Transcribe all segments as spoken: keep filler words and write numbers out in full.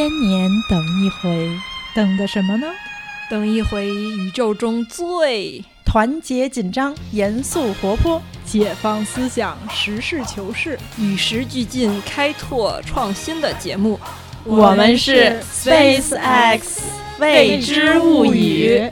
千年等一回，等的什么呢？ 等一回宇宙中最团结紧张、严肃活泼、 解放思想、实事求是、 与时俱进、开拓创新的节目。 我们是 SpaceX 未知物语。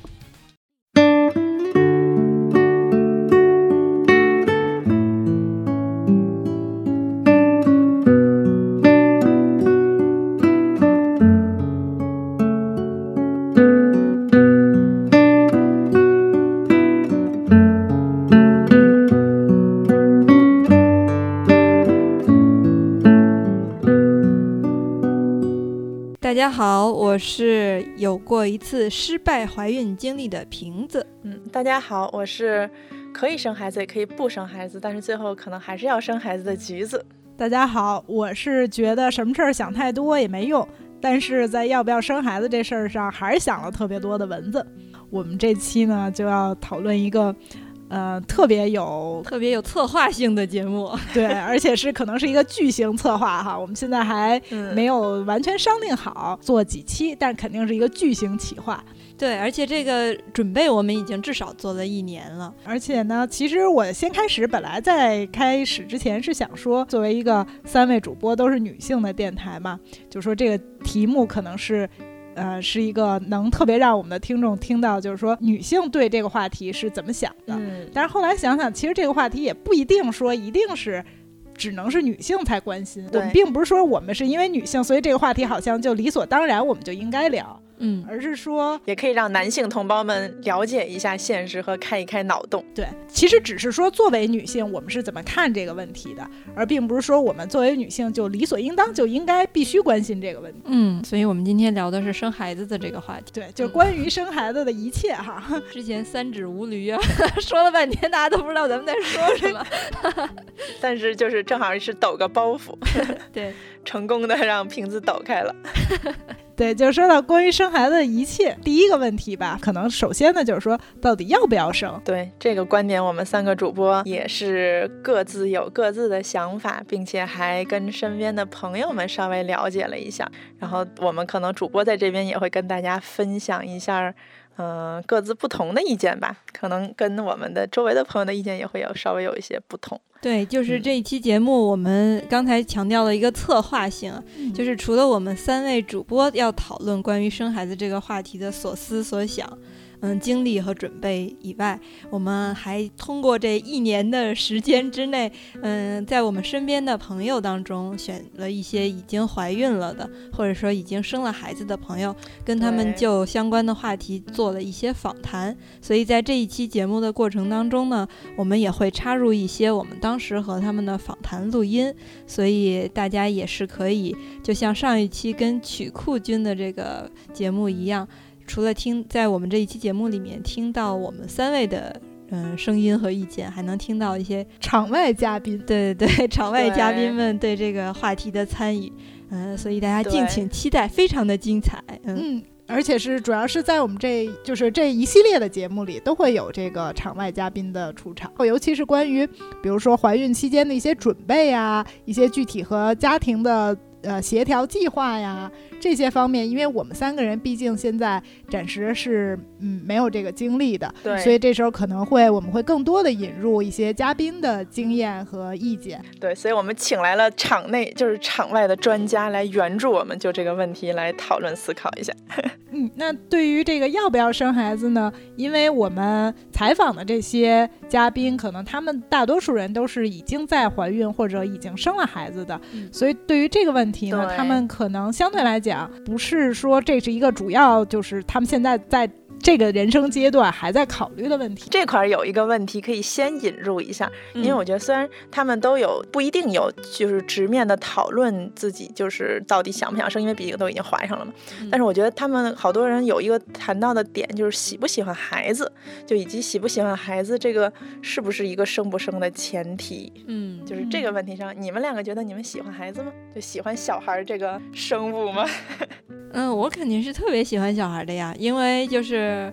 大家好，我是有过一次失败怀孕经历的瓶子。 嗯，大家好，我是可以生孩子也可以不生孩子，但是最后可能还是要生孩子的橘子。 大家好，我是觉得什么事儿想太多也没用，但是在要不要生孩子这事儿上还是想了特别多的蚊子。我们这期呢就要讨论一个呃，特别有特别有策划性的节目， 对，而且是可能是一个巨型策划哈。我们现在还没有完全商定好做几期，但肯定是一个巨型企划。 对，而且这个准备我们已经至少做了一年了。 而且呢，其实我先开始，本来在开始之前是想说，作为一个三位主播都是女性的电台嘛，就说这个题目可能是。呃，是一个能特别让我们的听众听到，就是说女性对这个话题是怎么想的。嗯，但是后来想想，其实这个话题也不一定说一定是只能是女性才关心。我们并不是说我们是因为女性，所以这个话题好像就理所当然我们就应该聊。嗯，而是说也可以让男性同胞们了解一下现实和开一开脑洞。 对，其实只是说作为女性我们是怎么看这个问题的，而并不是说我们作为女性就理所应当就应该必须关心这个问题。 嗯，所以我们今天聊的是生孩子的这个话题。 对，就关于生孩子的一切哈。嗯、 之前三指无驴啊，说了半天大家都不知道咱们在说什么。 但是就是正好是抖个包袱。 对， 成功的让瓶子抖开了。 对，就说到关于生孩子的一切，第一个问题吧，可能首先呢就是说到底要不要生。 对，这个观点我们三个主播也是各自有各自的想法，并且还跟身边的朋友们稍微了解了一下，然后我们可能主播在这边也会跟大家分享一下嗯、呃，各自不同的意见吧，可能跟我们的周围的朋友的意见也会有稍微有一些不同。 对，就是这一期节目我们刚才强调了一个策划性、嗯、就是除了我们三位主播要讨论关于生孩子这个话题的所思所想嗯，经历和准备以外，我们还通过这一年的时间之内，嗯，在我们身边的朋友当中选了一些已经怀孕了的，或者说已经生了孩子的朋友，跟他们就相关的话题做了一些访谈。所以在这一期节目的过程当中呢，我们也会插入一些我们当时和他们的访谈录音，所以大家也是可以就像上一期跟曲库君的这个节目一样，除了听在我们这一期节目里面听到我们三位的嗯声音和意见，还能听到一些场外嘉宾， 对对对，场外嘉宾们对这个话题的参与，嗯，所以大家敬请期待，非常的精彩。 嗯，而且是主要是在我们这就是这一系列的节目里都会有这个场外嘉宾的出场，尤其是关于比如说怀孕期间的一些准备啊，一些具体和家庭的呃协调计划呀，这些方面，因为我们三个人毕竟现在暂时是嗯没有这个经历的， 对， 所以这时候可能会我们会更多的引入一些嘉宾的经验和意见。 对，所以我们请来了场内就是场外的专家来援助我们就这个问题来讨论思考一下。 嗯，那对于这个要不要生孩子呢？因为我们采访的这些嘉宾，可能他们大多数人都是已经在怀孕或者已经生了孩子的，嗯、所以对于这个问题呢，他们可能相对来讲不是说这是一个主要，就是他们现在在这个人生阶段还在考虑的问题。 这块有一个问题可以先引入一下，因为我觉得虽然他们都有不一定有就是直面的讨论自己就是到底想不想生，因为毕竟都已经怀上了嘛、嗯、但是我觉得他们好多人有一个谈到的点就是喜不喜欢孩子，就以及喜不喜欢孩子这个是不是一个生不生的前提。嗯，就是这个问题上，你们两个觉得你们喜欢孩子吗？就喜欢小孩这个生物吗？ 嗯，我肯定是特别喜欢小孩的呀，因为就是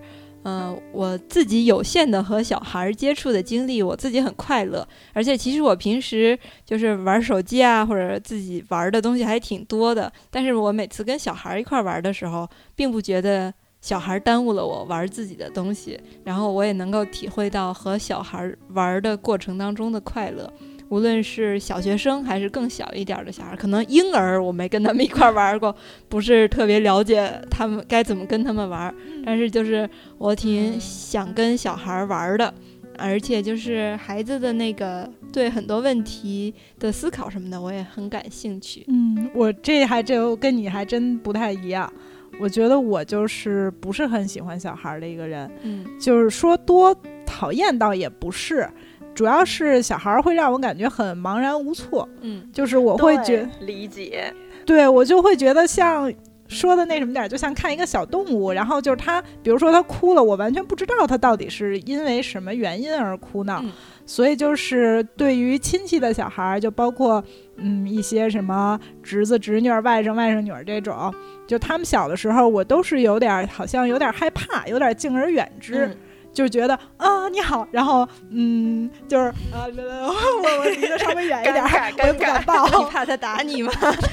嗯、呃，我自己有限的和小孩接触的经历，我自己很快乐。而且其实我平时就是玩手机啊，或者自己玩的东西还挺多的。但是我每次跟小孩一块玩的时候，并不觉得小孩耽误了我玩自己的东西，然后我也能够体会到和小孩玩的过程当中的快乐。无论是小学生还是更小一点的小孩，可能婴儿我没跟他们一块玩过，不是特别了解他们该怎么跟他们玩，但是就是我挺想跟小孩玩的，而且就是孩子的那个对很多问题的思考什么的，我也很感兴趣。 嗯，我这还就跟你还真不太一样。我觉得我就是不是很喜欢小孩的一个人， 嗯， 就是说多讨厌倒也不是。主要是小孩会让我感觉很茫然无措， 嗯， 就是我会觉理解， 对我就会觉得像说的那什么点，就像看一个小动物，然后就是他，比如说他哭了，我完全不知道他到底是因为什么原因而哭闹， 嗯、 所以就是对于亲戚的小孩，就包括嗯一些什么侄子侄女、外甥外甥女这种，就他们小的时候，我都是有点好像有点害怕，有点敬而远之。嗯，就觉得啊你好，然后嗯就是啊我我离得稍微远一点，我也不敢抱， 你怕他打你吗？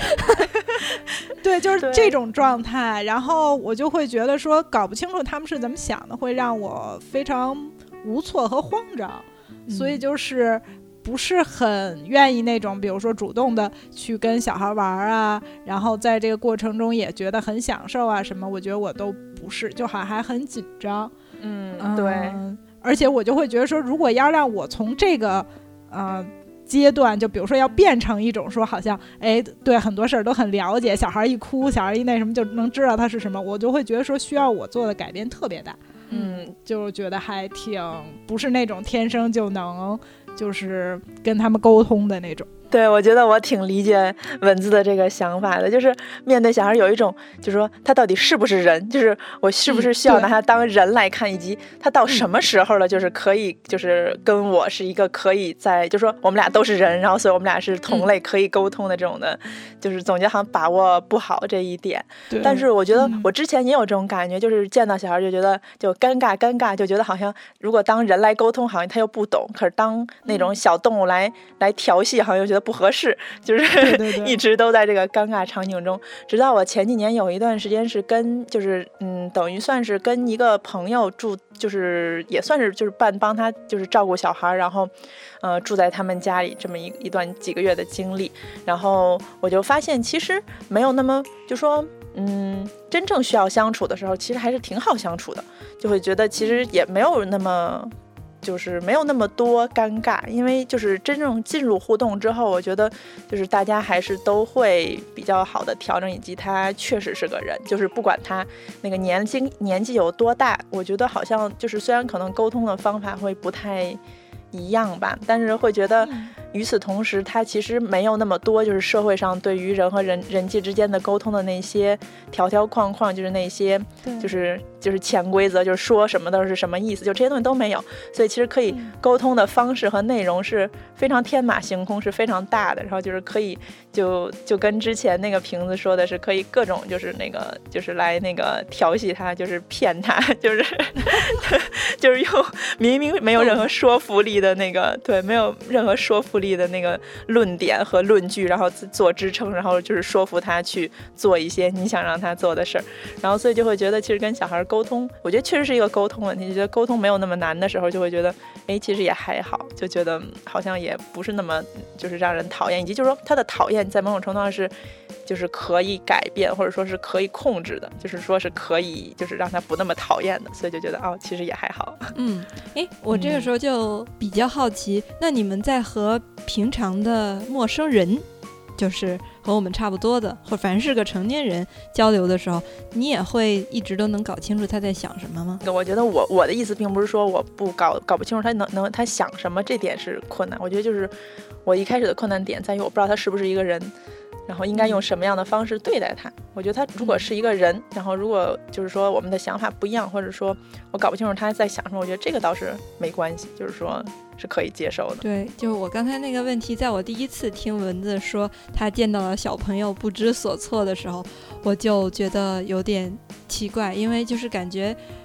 对，就是这种状态。然后我就会觉得说搞不清楚他们是怎么想的，会让我非常无措和慌张，嗯、所以就是不是很愿意那种比如说主动的去跟小孩玩啊，然后在这个过程中也觉得很享受啊什么，我觉得我都不是，就还还很紧张。 嗯，对， 嗯，而且我就会觉得说，如果要让我从这个呃阶段，就比如说要变成一种说好像哎对很多事儿都很了解，小孩一哭小孩一那什么就能知道他是什么，我就会觉得说需要我做的改变特别大。嗯，就觉得还挺不是那种天生就能就是跟他们沟通的那种。 对，我觉得我挺理解蚊子的这个想法的，就是面对小孩有一种就是说他到底是不是人，就是我是不是需要拿他当人来看，嗯、以及他到什么时候了就是可以就是跟我是一个可以在就是说我们俩都是人，然后所以我们俩是同类可以沟通的这种的，嗯、就是总觉得好像把握不好这一点。但是我觉得我之前也有这种感觉，就是见到小孩就觉得就尴尬尴尬，就觉得好像如果当人来沟通好像他又不懂，可是当那种小动物来、嗯、来调戏好像又觉得不合适，就是一直都在这个尴尬场景中。直到我前几年有一段时间是跟就是嗯，等于算是跟一个朋友住，就是也算是就是办帮他就是照顾小孩，然后呃住在他们家里这么一一段几个月的经历。然后我就发现其实没有那么就说嗯，真正需要相处的时候其实还是挺好相处的，就会觉得其实也没有那么就是没有那么多尴尬，因为就是真正进入互动之后，我觉得就是大家还是都会比较好的调整，以及他确实是个人，就是不管他那个年纪年纪有多大，我觉得好像就是虽然可能沟通的方法会不太一样吧，但是会觉得与此同时他其实没有那么多就是社会上对于人和人人际之间的沟通的那些条条框框，就是那些就是就是潜规则，就是说什么都是什么意思，就这些东西都没有，所以其实可以沟通的方式和内容是非常天马行空，是非常大的，然后就是可以就就跟之前那个瓶子说的是可以各种就是那个就是来那个调戏他，就是骗他，就是就是用明明没有任何说服力的那个对没有任何说服力的那个论点和论据，然后做支撑，然后就是说服他去做一些你想让他做的事儿，然后所以就会觉得其实跟小孩沟通，我觉得确实是一个沟通问题，就觉得沟通没有那么难的时候，就会觉得哎其实也还好，就觉得好像也不是那么就是让人讨厌，以及就是说他的讨厌在某种程度上是就是可以改变或者说是可以控制的，就是说是可以就是让他不那么讨厌的，所以就觉得哦其实也还好。嗯， 哎，我这个时候就比较好奇、嗯、那你们在和平常的陌生人，就是和我们差不多的或凡是个成年人交流的时候，你也会一直都能搞清楚他在想什么吗？ 我觉得我我的意思并不是说我不搞搞不清楚他能能他想什么，这点是困难，我觉得就是我一开始的困难点在于我不知道他是不是一个人，然后应该用什么样的方式对待他。我觉得他如果是一个人，然后如果就是说我们的想法不一样，或者说我搞不清楚他在想什么，我觉得这个倒是没关系，就是说是可以接受的。 对，就我刚才那个问题，在我第一次听蚊子说他见到了小朋友不知所措的时候，我就觉得有点奇怪，因为就是感觉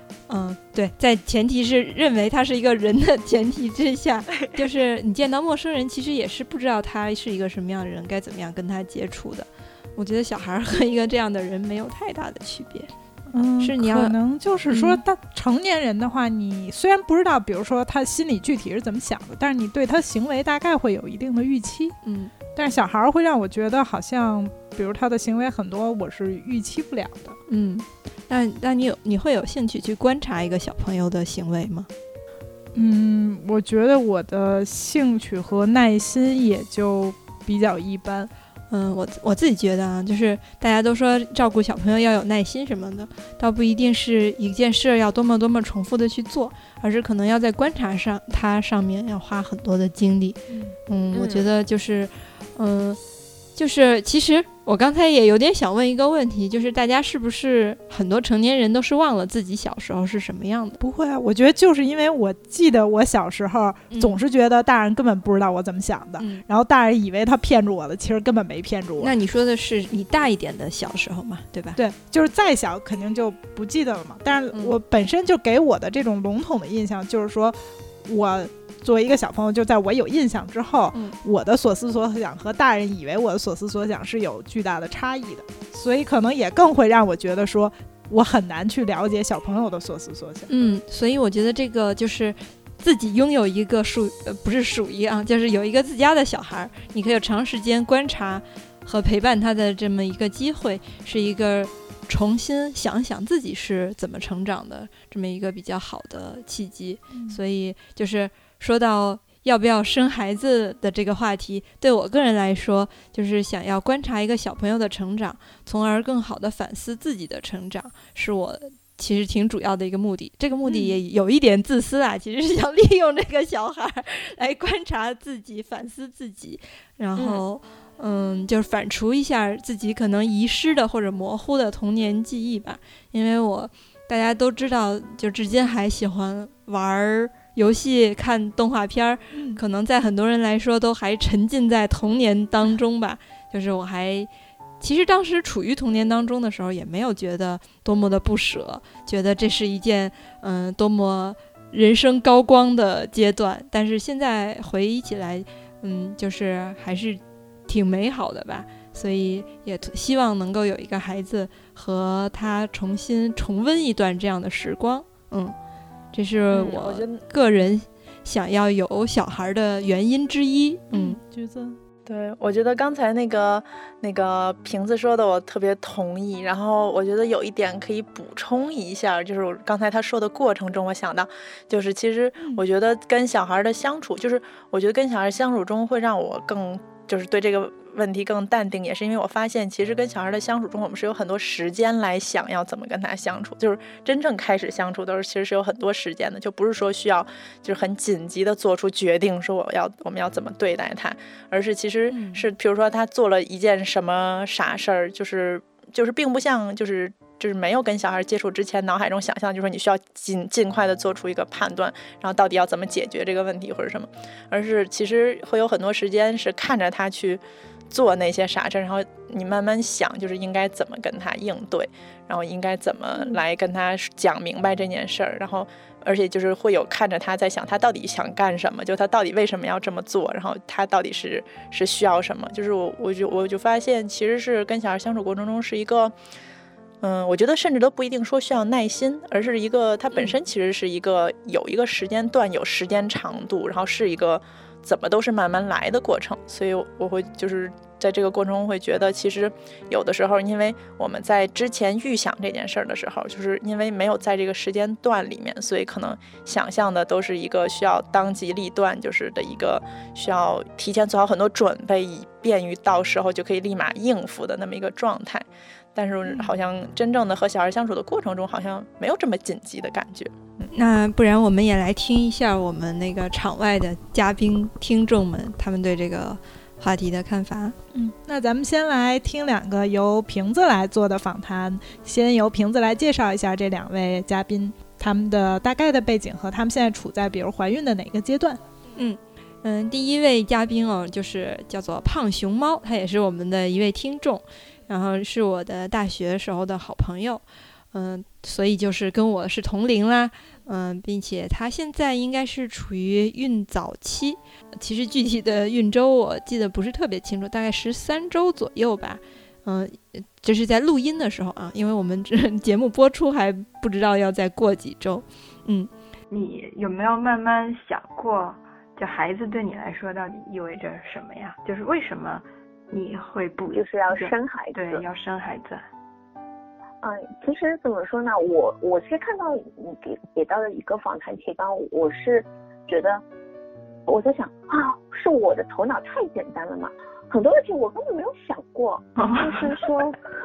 嗯，对，在前提是认为他是一个人的前提之下，就是你见到陌生人，其实也是不知道他是一个什么样的人，该怎么样跟他接触的。我觉得小孩和一个这样的人没有太大的区别。 嗯， 是你要可能就是说，他成年人的话，嗯，你虽然不知道，比如说他心里具体是怎么想的，但是你对他行为大概会有一定的预期。 嗯， 但是小孩会让我觉得好像，比如他的行为很多我是预期不了的。 嗯，那那你有你会有兴趣去观察一个小朋友的行为吗？ 嗯，我觉得我的兴趣和耐心也就比较一般。 嗯，我我自己觉得啊，就是大家都说照顾小朋友要有耐心什么的，倒不一定是一件事要多么多么重复的去做，而是可能要在观察上它上面要花很多的精力。嗯, 嗯我觉得就是嗯就是其实我刚才也有点想问一个问题，就是大家是不是很多成年人都是忘了自己小时候是什么样的？ 不会啊，我觉得就是因为我记得我小时候总是觉得大人根本不知道我怎么想的，嗯，然后大人以为他骗住我了，其实根本没骗住我。 那你说的是你大一点的小时候嘛，对吧？ 对，就是再小肯定就不记得了嘛。但是我本身就给我的这种笼统的印象就是说，我作为一个小朋友，就在我有印象之后，嗯，我的所思所想和大人以为我的所思所想是有巨大的差异的，所以可能也更会让我觉得说我很难去了解小朋友的所思所想。 嗯，所以我觉得这个就是自己拥有一个属呃不是属于啊，就是有一个自家的小孩，你可以有长时间观察和陪伴他的这么一个机会，是一个重新想想自己是怎么成长的这么一个比较好的契机。嗯，所以就是说到要不要生孩子的这个话题，对我个人来说，就是想要观察一个小朋友的成长，从而更好的反思自己的成长，是我其实挺主要的一个目的。这个目的也有一点自私啊，嗯，其实是想利用这个小孩来观察自己，反思自己，然后嗯, 嗯，就是反刍一下自己可能遗失的或者模糊的童年记忆吧。因为我大家都知道，就至今还喜欢玩游戏看动画片，嗯，可能在很多人来说都还沉浸在童年当中吧。就是我还其实当时处于童年当中的时候，也没有觉得多么的不舍，觉得这是一件嗯多么人生高光的阶段。但是现在回忆起来，嗯，就是还是挺美好的吧。所以也希望能够有一个孩子和他重新重温一段这样的时光。嗯，这是我个人想要有小孩的原因之一。嗯， 橘子， 对，我觉得刚才那个那个瓶子说的我特别同意，然后我觉得有一点可以补充一下，就是我刚才他说的过程中，我想到就是其实我觉得跟小孩的相处，就是我觉得跟小孩相处中会让我更就是对这个问题更淡定，也是因为我发现其实跟小孩的相处中，我们是有很多时间来想要怎么跟他相处，就是真正开始相处都是其实是有很多时间的，就不是说需要就是很紧急的做出决定说我要我们要怎么对待他，而是其实是比如说他做了一件什么傻事儿，就是就是并不像就是就是没有跟小孩接触之前脑海中想象，就是说你需要尽尽快的做出一个判断，然后到底要怎么解决这个问题或者什么，而是其实会有很多时间是看着他去做那些傻事，然后你慢慢想就是应该怎么跟他应对，然后应该怎么来跟他讲明白这件事儿，然后而且就是会有看着他在想他到底想干什么，就他到底为什么要这么做，然后他到底是是需要什么，就是我我就我就发现其实是跟小孩相处过程中是一个嗯，我觉得甚至都不一定说需要耐心，而是一个它本身其实是一个有一个时间段有时间长度，然后是一个怎么都是慢慢来的过程，所以我会就是在这个过程中会觉得其实有的时候因为我们在之前预想这件事儿的时候，就是因为没有在这个时间段里面，所以可能想象的都是一个需要当机立断，就是的一个需要提前做好很多准备，以便于到时候就可以立马应付的那么一个状态，但是好像真正的和小孩相处的过程中好像没有这么紧急的感觉。 那不然我们也来听一下我们那个场外的嘉宾听众们他们对这个话题的看法。 嗯，那咱们先来听两个由瓶子来做的访谈，先由瓶子来介绍一下这两位嘉宾他们的大概的背景和他们现在处在比如怀孕的哪个阶段。 嗯嗯，第一位嘉宾哦，就是叫做胖熊猫，他也是我们的一位听众，然后是我的大学时候的好朋友。嗯， 所以就是跟我是同龄啦。嗯，并且她现在应该是处于孕早期，其实具体的孕周我记得不是特别清楚，大概十三周左右吧。嗯，这是在录音的时候啊，因为我们这节目播出还不知道要再过几周。嗯， 你有没有慢慢想过，就孩子对你来说到底意味着什么呀？就是为什么你会不就是要生孩子？ 对，要生孩子。 嗯，其实怎么说呢，我我是看到你给给到的一个访谈提纲，我是觉得我在想啊，是我的头脑太简单了嘛？很多问题我根本没有想过，就是说，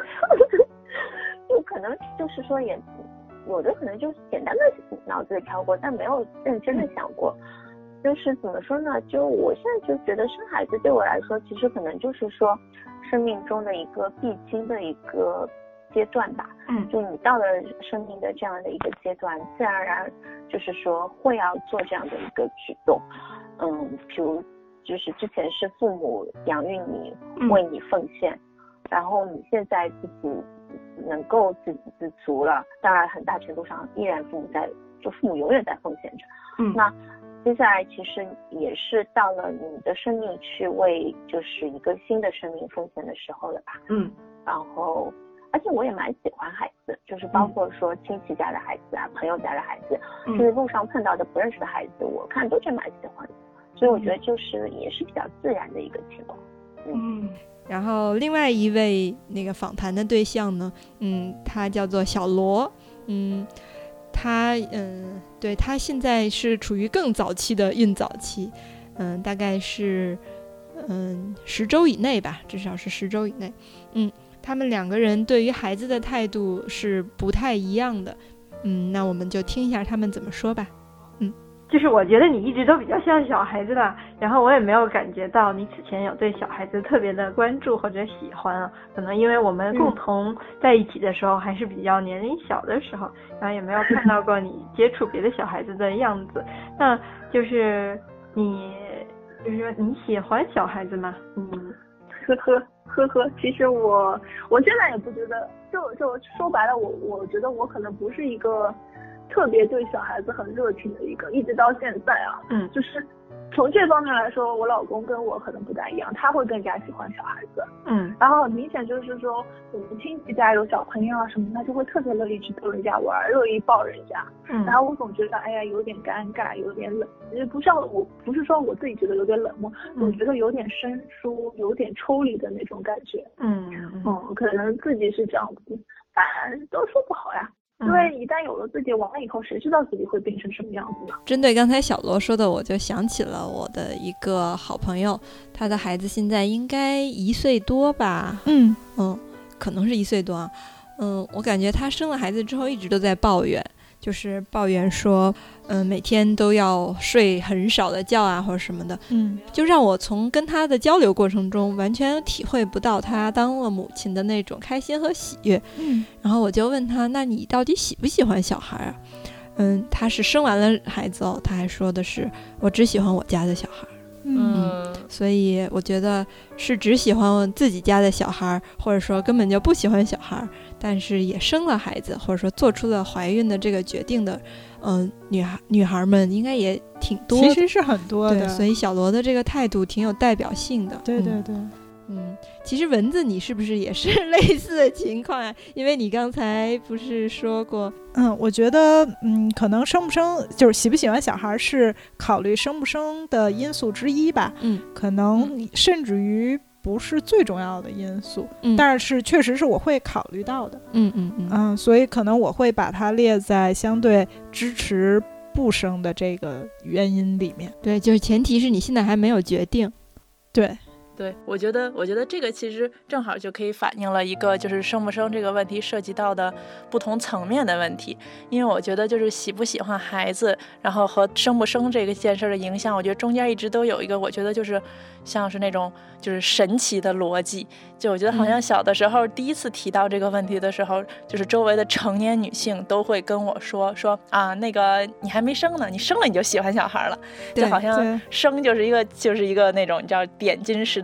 就可能就是说也有的可能就是简单的脑子里飘过，但没有认真的想过。就是怎么说呢？就我现在就觉得生孩子对我来说，其实可能就是说生命中的一个必经的一个阶段吧。 嗯， 就你到了生命的这样的一个阶段，自然而然就是说会要做这样的一个举动。嗯，比如就是之前是父母养育你，为你奉献，嗯、然后你现在自己能够自给自足了，当然很大程度上依然父母在，就父母永远在奉献着。 嗯， 那接下来其实也是到了你的生命去为就是一个新的生命奉献的时候了吧。 嗯， 然后而且我也蛮喜欢孩子，就是包括说亲戚家的孩子啊、嗯、朋友家的孩子， 嗯、 就是路上碰到的不认识的孩子，我看都是蛮喜欢的，所以我觉得就是也是比较自然的一个情况。 嗯，嗯然后另外一位那个访谈的对象呢，嗯，他叫做小罗，嗯。她嗯，对，她现在是处于更早期的孕早期，嗯，大概是嗯十周以内吧，至少是十周以内。嗯，他们两个人对于孩子的态度是不太一样的。嗯，那我们就听一下他们怎么说吧。嗯， 就是我觉得你一直都比较像小孩子的，然后我也没有感觉到你此前有对小孩子特别的关注或者喜欢啊，可能因为我们共同在一起的时候还是比较年龄小的时候，然后也没有看到过你接触别的小孩子的样子。那就是你就是说你喜欢小孩子吗？嗯， 呵呵呵呵，其实我我现在也不觉得，就就说白了，我我觉得我可能不是一个特别对小孩子很热情的一个，一直到现在啊， 嗯， 就是从这方面来说，我老公跟我可能不大一样，他会更加喜欢小孩子， 嗯， 然后很明显就是说，我们亲戚家有小朋友啊什么的，他就会特别乐意去逗人家玩，乐意抱人家， 嗯， 然后我总觉得哎呀有点尴尬，有点冷，不像我不是说我自己觉得有点冷漠， 嗯、 我觉得有点生疏，有点抽离的那种感觉， 嗯嗯，可能自己是这样子，反正都说不好呀。因为一旦有了自己完了以后，谁知道自己会变成什么样子呢？ 针对刚才小罗说的，我就想起了我的一个好朋友，他的孩子现在应该一岁多吧， 嗯嗯，可能是一岁多啊，嗯，我感觉他生了孩子之后一直都在抱怨，就是抱怨说，嗯，每天都要睡很少的觉啊，或者什么的， 嗯， 就让我从跟他的交流过程中完全体会不到他当了母亲的那种开心和喜悦。 嗯， 然后我就问他，那你到底喜不喜欢小孩啊？嗯，他是生完了孩子哦，他还说的是我只喜欢我家的小孩。嗯，所以我觉得是只喜欢自己家的小孩，或者说根本就不喜欢小孩，但是也生了孩子，或者说做出了怀孕的这个决定的，嗯、呃，女孩女孩们应该也挺多的， 其实是很多的。 对，所以小罗的这个态度挺有代表性的。 对对对。 嗯嗯，其实蚊子你是不是也是类似的情况啊？因为你刚才不是说过， 嗯，我觉得，嗯，可能生不生就是喜不喜欢小孩是考虑生不生的因素之一吧。 嗯， 可能甚至于不是最重要的因素， 嗯， 但是确实是我会考虑到的。 嗯嗯嗯嗯，所以可能我会把它列在相对支持不生的这个原因里面。 对，就是前提是你现在还没有决定。 对。 对，我觉得，我觉得这个其实正好就可以反映了一个就是生不生这个问题涉及到的不同层面的问题。因为我觉得就是喜不喜欢孩子，然后和生不生这个件事的影响，我觉得中间一直都有一个，我觉得就是像是那种就是神奇的逻辑。就我觉得好像小的时候第一次提到这个问题的时候，就是周围的成年女性都会跟我说说啊，那个你还没生呢，你生了你就喜欢小孩了，就好像生就是一个就是一个那种你知道点金石的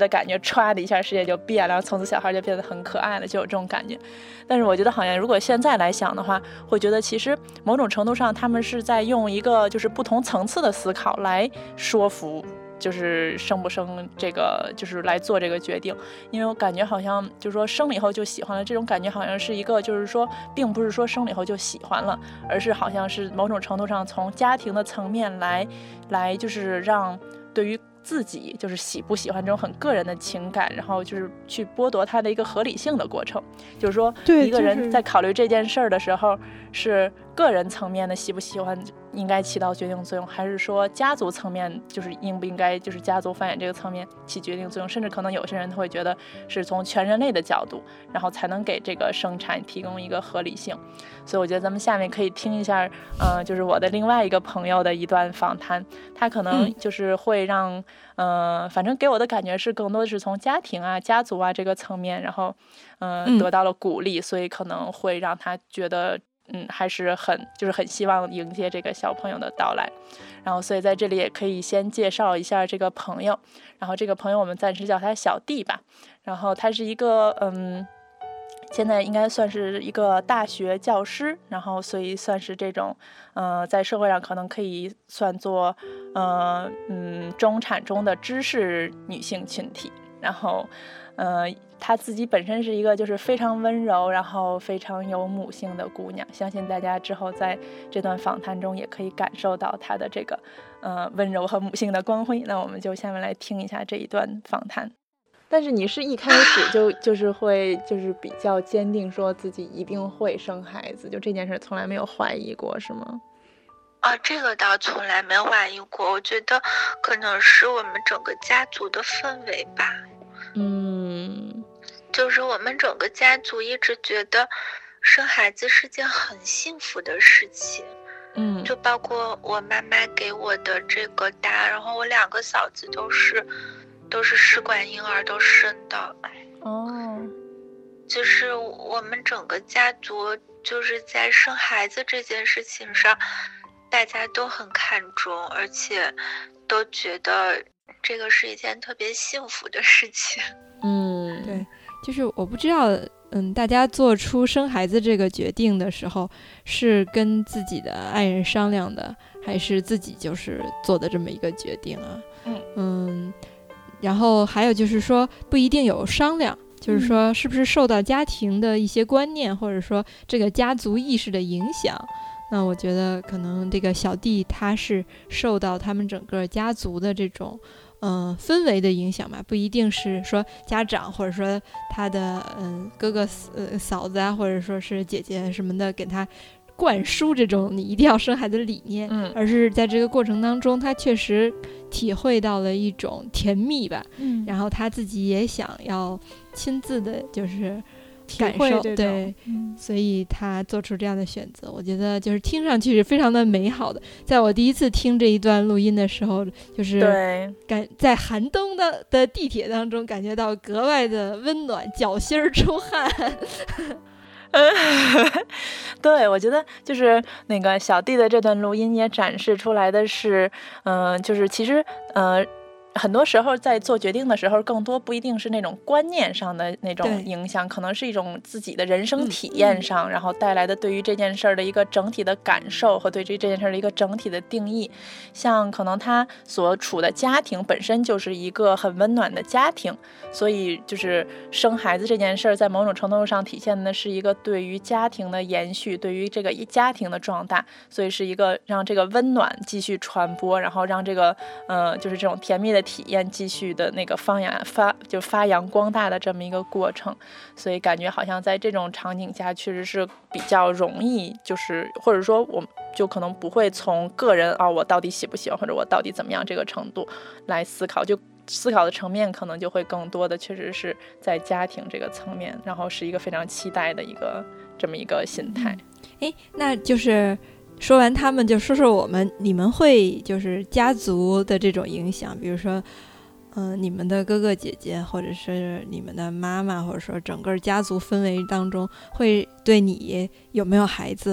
的感觉，歘的一下世界就变了，然后从此小孩就变得很可爱了，就有这种感觉。但是我觉得好像如果现在来想的话，会觉得其实某种程度上他们是在用一个就是不同层次的思考来说服就是生不生这个就是来做这个决定。因为我感觉好像就是说生了以后就喜欢了，这种感觉好像是一个就是说并不是说生了以后就喜欢了，而是好像是某种程度上从家庭的层面来来就是让对于自己就是喜不喜欢这种很个人的情感，然后就是去剥夺它的一个合理性的过程。就是说一个人在考虑这件事儿的时候，是个人层面的喜不喜欢应该起到决定作用，还是说家族层面就是应不应该就是家族繁衍这个层面起决定作用，甚至可能有些人他会觉得是从全人类的角度，然后才能给这个生产提供一个合理性。所以我觉得咱们下面可以听一下呃，就是我的另外一个朋友的一段访谈，他可能就是会让嗯、呃，反正给我的感觉是更多的是从家庭啊家族啊这个层面，然后嗯、呃、得到了鼓励，所以可能会让他觉得嗯，还是很就是很希望迎接这个小朋友的到来。然后所以在这里也可以先介绍一下这个朋友，然后这个朋友我们暂时叫他小弟吧。然后他是一个嗯现在应该算是一个大学教师，然后所以算是这种呃在社会上可能可以算作呃嗯中产中的知识女性群体。然后呃她自己本身是一个就是非常温柔然后非常有母性的姑娘，相信大家之后在这段访谈中也可以感受到她的这个呃温柔和母性的光辉。那我们就下面来听一下这一段访谈。但是你是一开始就就是会就是比较坚定说自己一定会生孩子，就这件事从来没有怀疑过是吗？ 啊，这个倒从来没有怀疑过，我觉得可能是我们整个家族的氛围吧。 嗯， 就是我们整个家族一直觉得生孩子是件很幸福的事情。 嗯， 就包括我妈妈给我的这个答，然后我两个嫂子都是都是试管婴儿都生的。 哦， 就是我们整个家族就是在生孩子这件事情上大家都很看重，而且都觉得这个是一件特别幸福的事情。 嗯， 对，就是我不知道嗯，大家做出生孩子这个决定的时候是跟自己的爱人商量的，还是自己就是做的这么一个决定啊？ 嗯嗯，然后还有就是说不一定有商量，就是说是不是受到家庭的一些观念，或者说这个家族意识的影响。那我觉得可能这个小弟他是受到他们整个家族的这种嗯、呃、氛围的影响吧，不一定是说家长或者说他的嗯哥哥呃嫂子啊，或者说是姐姐什么的给他灌输这种你一定要生孩子的理念， 嗯， 而是在这个过程当中他确实体会到了一种甜蜜吧， 嗯， 然后他自己也想要亲自的就是感受，对、嗯，所以他做出这样的选择，我觉得就是听上去是非常的美好的。在我第一次听这一段录音的时候，就是感在寒冬的的地铁当中感觉到格外的温暖，脚心儿出汗。 对，我觉得就是那个小弟的这段录音也展示出来的是，嗯、呃，就是其实呃。很多时候在做决定的时候，更多不一定是那种观念上的那种影响，可能是一种自己的人生体验上、嗯、然后带来的对于这件事儿的一个整体的感受和对这这件事儿的一个整体的定义。像可能他所处的家庭本身就是一个很温暖的家庭，所以就是生孩子这件事儿在某种程度上体现的是一个对于家庭的延续，对于这个家庭的壮大，所以是一个让这个温暖继续传播，然后让这个呃就是这种甜蜜的体验继续的那个发扬发就发扬光大的这么一个过程。所以感觉好像在这种场景下确实是比较容易，就是或者说我就可能不会从个人啊我到底喜不喜欢或者我到底怎么样这个程度来思考，就思考的层面可能就会更多的确实是在家庭这个层面，然后是一个非常期待的一个这么一个心态。 哎、嗯，那就是说完他们就说说我们，你们会就是家族的这种影响，比如说嗯、呃，你们的哥哥姐姐或者是你们的妈妈，或者说整个家族氛围当中会对你有没有孩子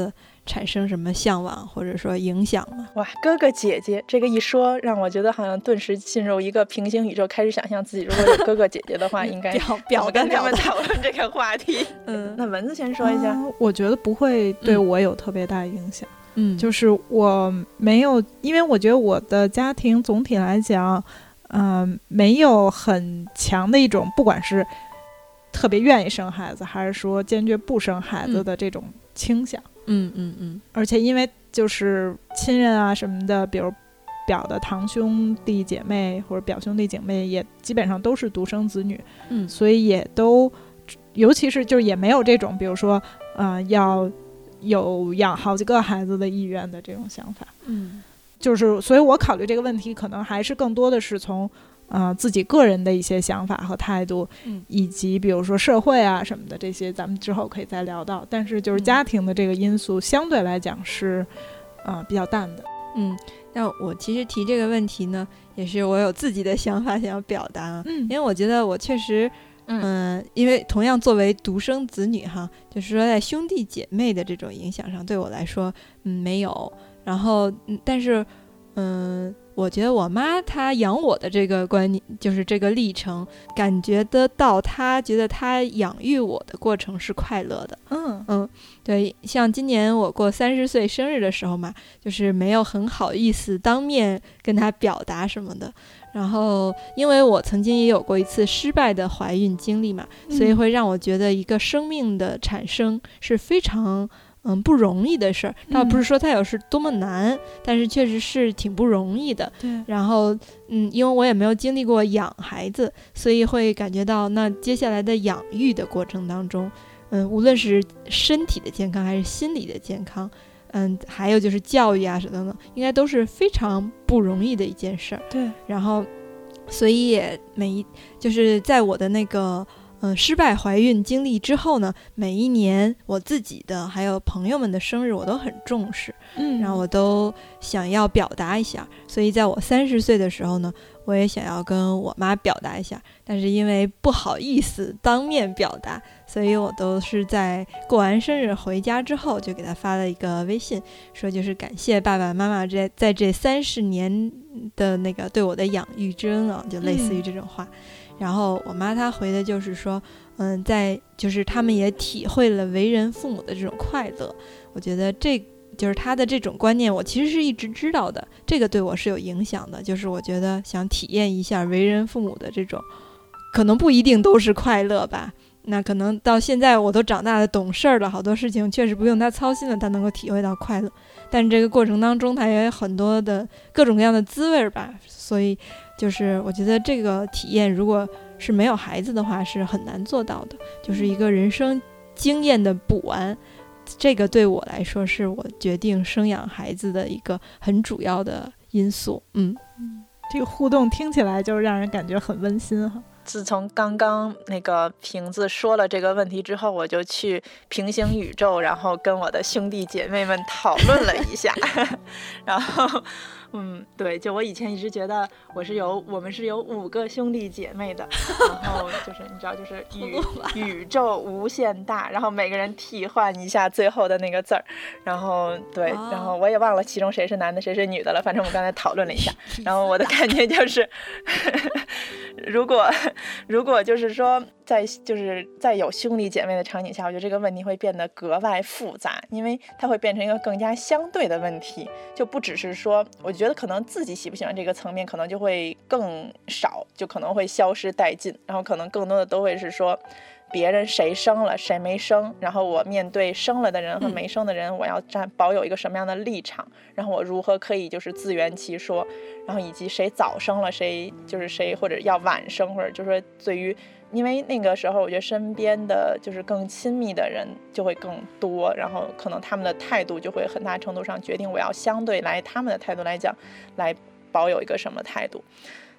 产生什么向往或者说影响吗？ 哇，哥哥姐姐这个一说，让我觉得好像顿时进入一个平行宇宙，开始想象自己如果有哥哥姐姐的话，应该表跟他们讨论这个话题。嗯，那蚊子先说一下。 嗯、我觉得不会对我有特别大的影响。 嗯， 就是我没有，因为我觉得我的家庭总体来讲，嗯、呃，没有很强的一种，不管是特别愿意生孩子，还是说坚决不生孩子的这种倾向。 嗯嗯嗯。 而且因为就是亲人啊什么的，比如表的堂兄弟姐妹或者表兄弟姐妹，也基本上都是独生子女。 嗯， 所以也都，尤其是就是也没有这种，比如说，呃，要有养好几个孩子的意愿的这种想法。 嗯， 就是所以我考虑这个问题，可能还是更多的是从。呃，自己个人的一些想法和态度， 嗯， 以及比如说社会啊什么的这些，咱们之后可以再聊到。但是就是家庭的这个因素，相对来讲是，呃，比较淡的。 嗯，那我其实提这个问题呢，也是我有自己的想法想要表达。 嗯， 因为我觉得我确实，嗯、呃，因为同样作为独生子女哈，就是说在兄弟姐妹的这种影响上，对我来说，嗯，没有。然后，嗯，但是，嗯、呃。我觉得我妈她养我的这个观念，就是这个历程，感觉得到她觉得她养育我的过程是快乐的。 嗯嗯，对，像今年我过三十岁生日的时候嘛，就是没有很好意思当面跟她表达什么的。然后，因为我曾经也有过一次失败的怀孕经历嘛， 嗯、 所以会让我觉得一个生命的产生是非常。嗯，不容易的事儿，倒不是说它有是多么难，嗯、但是确实是挺不容易的。 对。 然后，嗯，因为我也没有经历过养孩子，所以会感觉到那接下来的养育的过程当中，嗯，无论是身体的健康还是心理的健康，嗯，还有就是教育啊什么等等，应该都是非常不容易的一件事儿。 对。 然后，所以也每一就是在我的那个。嗯，失败怀孕经历之后呢，每一年我自己的还有朋友们的生日我都很重视， 嗯， 然后我都想要表达一下，所以在我三十岁的时候呢，我也想要跟我妈表达一下，但是因为不好意思当面表达，所以我都是在过完生日回家之后就给她发了一个微信，说就是感谢爸爸妈妈这在这三十年的那个对我的养育之恩啊，就类似于这种话。嗯，然后我妈她回的就是说，嗯，在就是他们也体会了为人父母的这种快乐。我觉得这就是她的这种观念，我其实是一直知道的，这个对我是有影响的。就是我觉得想体验一下为人父母的这种，可能不一定都是快乐吧。那可能到现在我都长大了，懂事儿了，好多事情确实不用她操心了，她能够体会到快乐。但是这个过程当中，她也有很多的各种各样的滋味吧，所以。就是我觉得这个体验如果是没有孩子的话是很难做到的，就是一个人生经验的补完，这个对我来说是我决定生养孩子的一个很主要的因素。嗯， 这个互动听起来就让人感觉很温馨哈。 自从刚刚那个瓶子说了这个问题之后，我就去平行宇宙，然后跟我的兄弟姐妹们讨论了一下然后嗯，对，就我以前一直觉得我是有我们是有五个兄弟姐妹的，然后就是你知道就是宇宇宙无限大，然后每个人替换一下最后的那个字儿，然后对，然后我也忘了其中谁是男的谁是女的了，反正我们刚才讨论了一下，然后我的感觉就是如果如果就是说在就是在有兄弟姐妹的场景下，我觉得这个问题会变得格外复杂，因为它会变成一个更加相对的问题，就不只是说我觉得可能自己喜不喜欢这个层面可能就会更少，就可能会消失殆尽，然后可能更多的都会是说别人谁生了谁没生，然后我面对生了的人和没生的人，我要站保有一个什么样的立场，然后我如何可以就是自圆其说，然后以及谁早生了谁就是谁或者要晚生，或者就是说对于因为那个时候我觉得身边的就是更亲密的人就会更多，然后可能他们的态度就会很大程度上决定我要相对来他们的态度来讲来保有一个什么态度。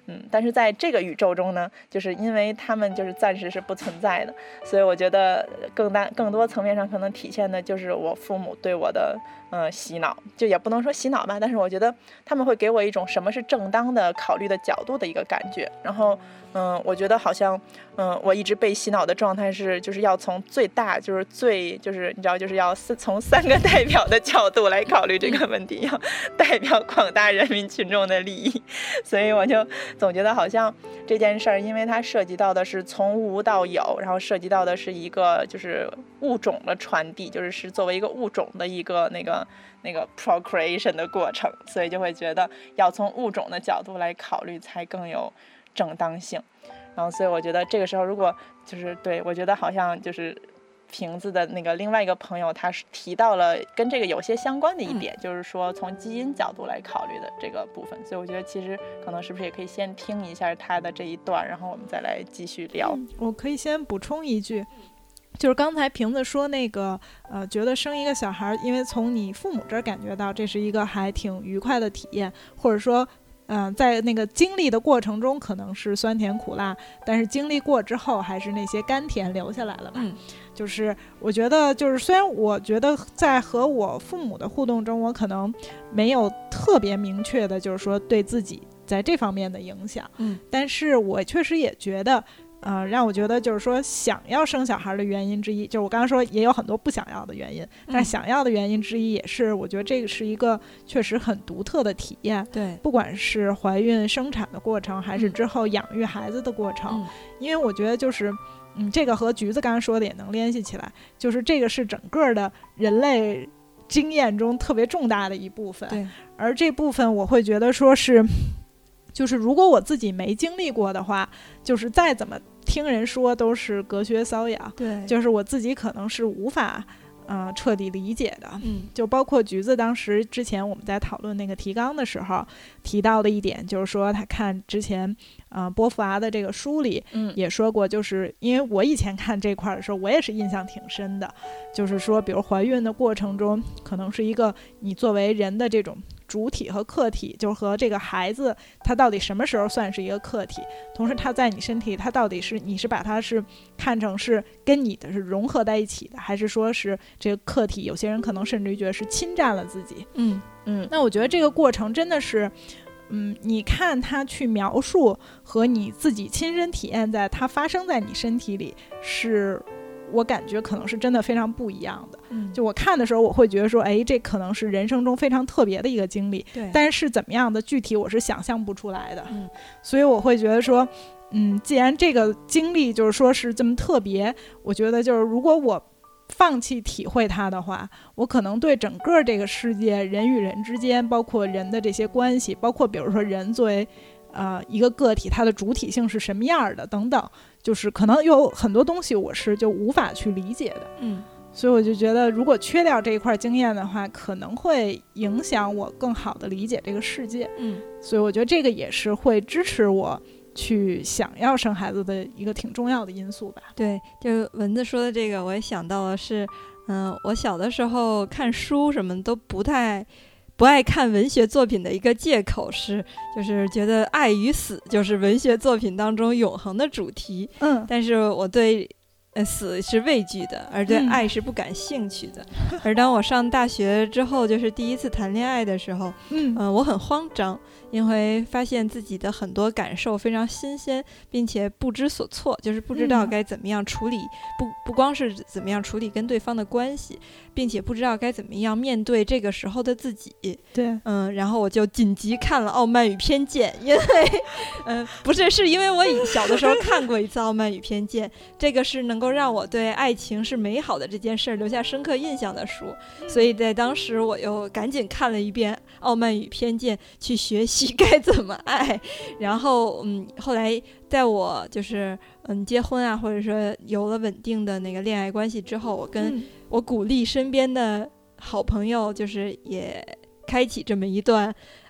嗯，但是在这个宇宙中呢，就是因为他们就是暂时是不存在的，所以我觉得更大更多层面上可能体现的就是我父母对我的呃洗脑，就也不能说洗脑吧，但是我觉得他们会给我一种什么是正当的考虑的角度的一个感觉。然后嗯、呃，我觉得好像嗯、呃，我一直被洗脑的状态是就是要从最大就是最就是你知道就是要从三个代表的角度来考虑这个问题，要代表广大人民群众的利益，所以我就总觉得好像这件事儿，因为它涉及到的是从无到有，然后涉及到的是一个就是物种的传递，就是是作为一个物种的一个那个那个 procreation 的过程，所以就会觉得要从物种的角度来考虑才更有正当性。然后所以我觉得这个时候如果就是对我觉得好像就是瓶子的那个另外一个朋友，他是提到了跟这个有些相关的一点、嗯、就是说从基因角度来考虑的这个部分，所以我觉得其实可能是不是也可以先听一下他的这一段，然后我们再来继续聊、 嗯、我可以先补充一句，就是刚才瓶子说那个呃，觉得生一个小孩，因为从你父母这儿感觉到这是一个还挺愉快的体验，或者说嗯、呃，在那个经历的过程中可能是酸甜苦辣，但是经历过之后还是那些甘甜留下来了吧、嗯、就是我觉得就是虽然我觉得在和我父母的互动中，我可能没有特别明确的就是说对自己在这方面的影响，嗯，但是我确实也觉得呃，让我觉得就是说想要生小孩的原因之一，就是我刚刚说也有很多不想要的原因，但是想要的原因之一也是我觉得这个是一个确实很独特的体验，对，不管是怀孕生产的过程还是之后养育孩子的过程、嗯、因为我觉得就是嗯，这个和橘子刚刚说的也能联系起来，就是这个是整个的人类经验中特别重大的一部分，对，而这部分我会觉得说是就是如果我自己没经历过的话，就是再怎么听人说都是隔靴搔痒，对，就是我自己可能是无法呃彻底理解的，嗯，就包括橘子当时之前我们在讨论那个提纲的时候提到的一点，就是说他看之前呃波伏娃的这个书里，嗯，也说过，就是因为我以前看这块的时候，我也是印象挺深的，就是说比如怀孕的过程中，可能是一个你作为人的这种主体和客体，就和这个孩子他到底什么时候算是一个客体，同时他在你身体他到底是你是把他是看成是跟你的是融合在一起的，还是说是这个客体有些人可能甚至于觉得是侵占了自己，嗯嗯，那我觉得这个过程真的是嗯，你看他去描述和你自己亲身体验在它发生在你身体里，是我感觉可能是真的非常不一样的、嗯、就我看的时候我会觉得说哎，这可能是人生中非常特别的一个经历，对，但是怎么样的具体我是想象不出来的、嗯、所以我会觉得说嗯，既然这个经历就是说是这么特别，我觉得就是如果我放弃体会它的话，我可能对整个这个世界人与人之间包括人的这些关系，包括比如说人作为呃一个个体它的主体性是什么样的等等，就是可能有很多东西我是就无法去理解的，嗯，所以我就觉得如果缺掉这一块经验的话，可能会影响我更好的理解这个世界，嗯，所以我觉得这个也是会支持我去想要生孩子的一个挺重要的因素吧。 对，就蚊子说的这个我也想到了是嗯、呃，我小的时候看书什么都不太不爱看文学作品的一个借口是就是觉得爱与死就是文学作品当中永恒的主题，嗯，但是我对呃，死是畏惧的，而对爱是不感兴趣的、嗯、而当我上大学之后就是第一次谈恋爱的时候，嗯、呃，我很慌张，因为发现自己的很多感受非常新鲜，并且不知所措，就是不知道该怎么样处理、嗯、不不光是怎么样处理跟对方的关系，并且不知道该怎么样面对这个时候的自己，对，嗯，然后我就紧急看了《傲慢与偏见》，因为嗯、呃，不是是因为我以小的时候看过一次《傲慢与偏见》，这个是能够让我对爱情是美好的这件事留下深刻印象的书，所以在当时我又赶紧看了一遍《傲慢与偏见》，去学习该怎么爱。然后嗯，后来在我就是嗯结婚啊，或者说有了稳定的那个恋爱关系之后，我跟我鼓励身边的好朋友就是也开启这么一段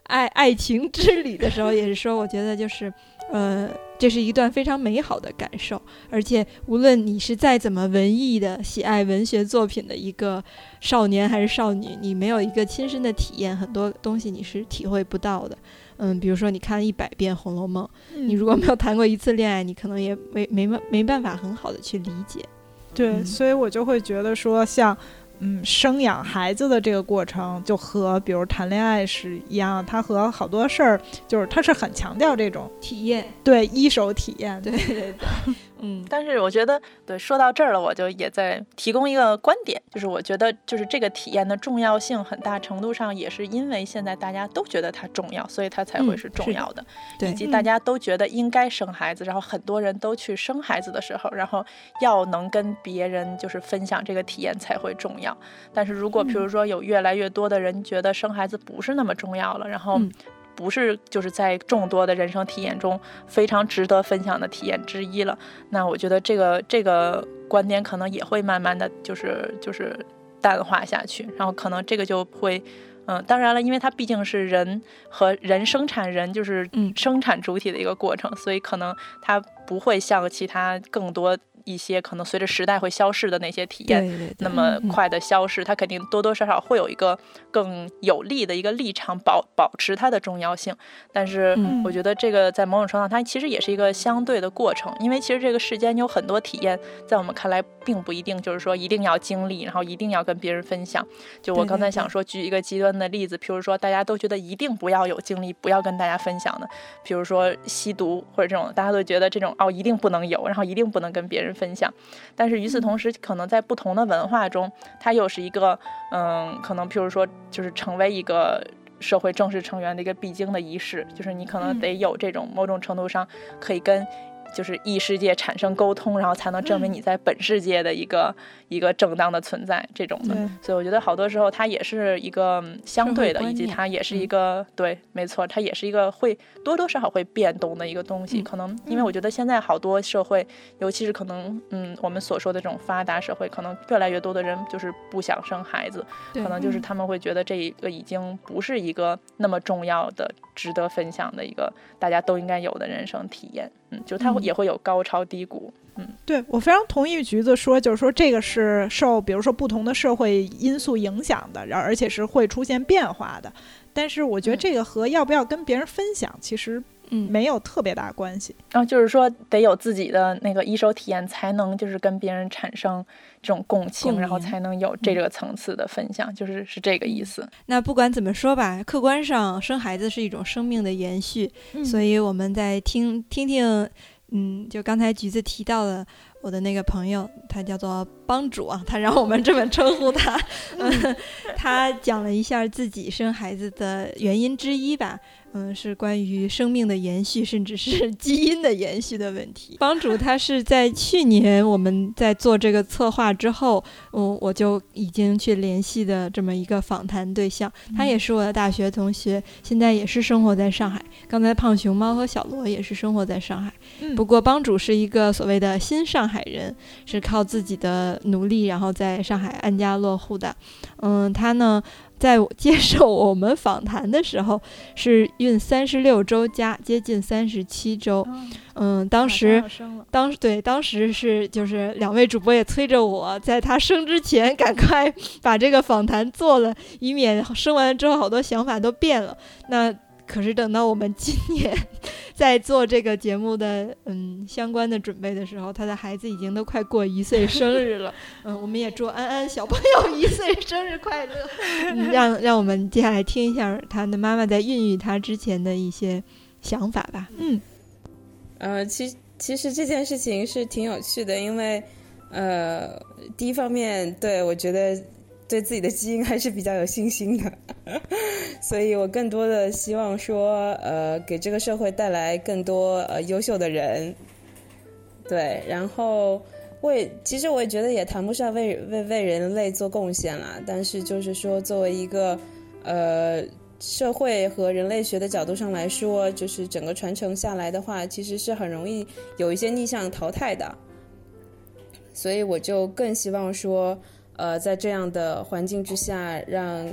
爱爱情之旅的时候，也是说，我觉得就是呃，这是一段非常美好的感受，而且无论你是再怎么文艺的喜爱文学作品的一个少年还是少女，你没有一个亲身的体验，很多东西你是体会不到的。嗯，比如说你看一百遍《红楼梦》，嗯，你如果没有谈过一次恋爱，你可能也没没没办法很好的去理解。 对， 嗯， 所以我就会觉得说，像嗯生养孩子的这个过程，就和比如谈恋爱是一样，它和好多事儿就是它是很强调这种体验， 对，一手体验， 对对对。 嗯，但是我觉得，对，说到这儿了，我就也在提供一个观点，就是我觉得，就是这个体验的重要性，很大程度上也是因为现在大家都觉得它重要，所以它才会是重要的，嗯，的以及大家都觉得应该生孩子，然后很多人都去生孩子的时候，然后要能跟别人就是分享这个体验才会重要。但是如果比如说有越来越多的人觉得生孩子不是那么重要了，然后，嗯，不是就是在众多的人生体验中非常值得分享的体验之一了，那我觉得这个这个观点可能也会慢慢的就是就是淡化下去，然后可能这个就会嗯，当然了，因为它毕竟是人和人生产人就是生产主体的一个过程，嗯，所以可能它不会像其他更多一些可能随着时代会消逝的那些体验对对对那么快的消失，嗯，它肯定多多少少会有一个更有利的一个立场保保持它的重要性。但是我觉得这个在某种程度上它其实也是一个相对的过程，因为其实这个世间有很多体验在我们看来并不一定就是说一定要经历，然后一定要跟别人分享。就我刚才想说举一个极端的例子，比如说大家都觉得一定不要有经历，不要跟大家分享的，比如说吸毒或者这种大家都觉得这种哦一定不能有，然后一定不能跟别人分享。但是与此同时，可能在不同的文化中，它又是一个嗯，可能譬如说就是成为一个社会正式成员的一个必经的仪式，就是你可能得有这种某种程度上可以跟就是异世界产生沟通，然后才能证明你在本世界的一个、嗯、一个正当的存在这种的。所以我觉得好多时候它也是一个相对的，以及它也是一个、嗯、对没错，它也是一个会多多少少会变动的一个东西、嗯、可能因为我觉得现在好多社会、嗯、尤其是可能嗯我们所说的这种发达社会，可能越来越多的人就是不想生孩子，可能就是他们会觉得这一个已经不是一个那么重要的值得分享的一个大家都应该有的人生体验。嗯，就它也会有高潮低谷。嗯， 对，我非常同意橘子说，就是说这个是受比如说不同的社会因素影响的，然后而且是会出现变化的。但是我觉得这个和要不要跟别人分享其实嗯没有特别大关系。 然后、嗯、就是说得有自己的那个一手体验，才能就是跟别人产生这种共情，然后才能有这个层次的分享，嗯、就是是这个意思。 那不管怎么说吧，客观上生孩子是一种生命的延续，嗯、所以我们再听听听。嗯，就刚才橘子提到了我的那个朋友，他叫做帮主啊，他让我们这么称呼他。嗯，他讲了一下自己生孩子的原因之一吧，嗯，是关于生命的延续，甚至是基因的延续的问题。帮主他是在去年我们在做这个策划之后，嗯，我就已经去联系的这么一个访谈对象，他也是我的大学同学，现在也是生活在上海。刚才胖熊猫和小罗也是生活在上海，嗯、不过帮主是一个所谓的新上海人，是靠自己的努力然后在上海安家落户的。嗯，他呢在接受我们访谈的时候是孕三十六周加接近三十七周。嗯，当时当对当时是就是两位主播也催着我在他生之前赶快把这个访谈做了，以免生完之后好多想法都变了。那可是等到我们今年在做这个节目的嗯相关的准备的时候，他的孩子已经都快过一岁生日了。嗯，我们也祝安安小朋友一岁生日快乐。嗯、让让我们接下来听一下他的妈妈在孕育他之前的一些想法吧。 嗯，呃，其其实这件事情是挺有趣的，因为呃，第一方面对我觉得。对自己的基因还是比较有信心的，所以我更多的希望说，呃，给这个社会带来更多呃优秀的人，对，然后我也其实我也觉得也谈不上为为为人类做贡献啦，但是就是说作为一个呃社会和人类学的角度上来说，就是整个传承下来的话，其实是很容易有一些逆向淘汰的，所以我就更希望说。呃，在这样的环境之下，让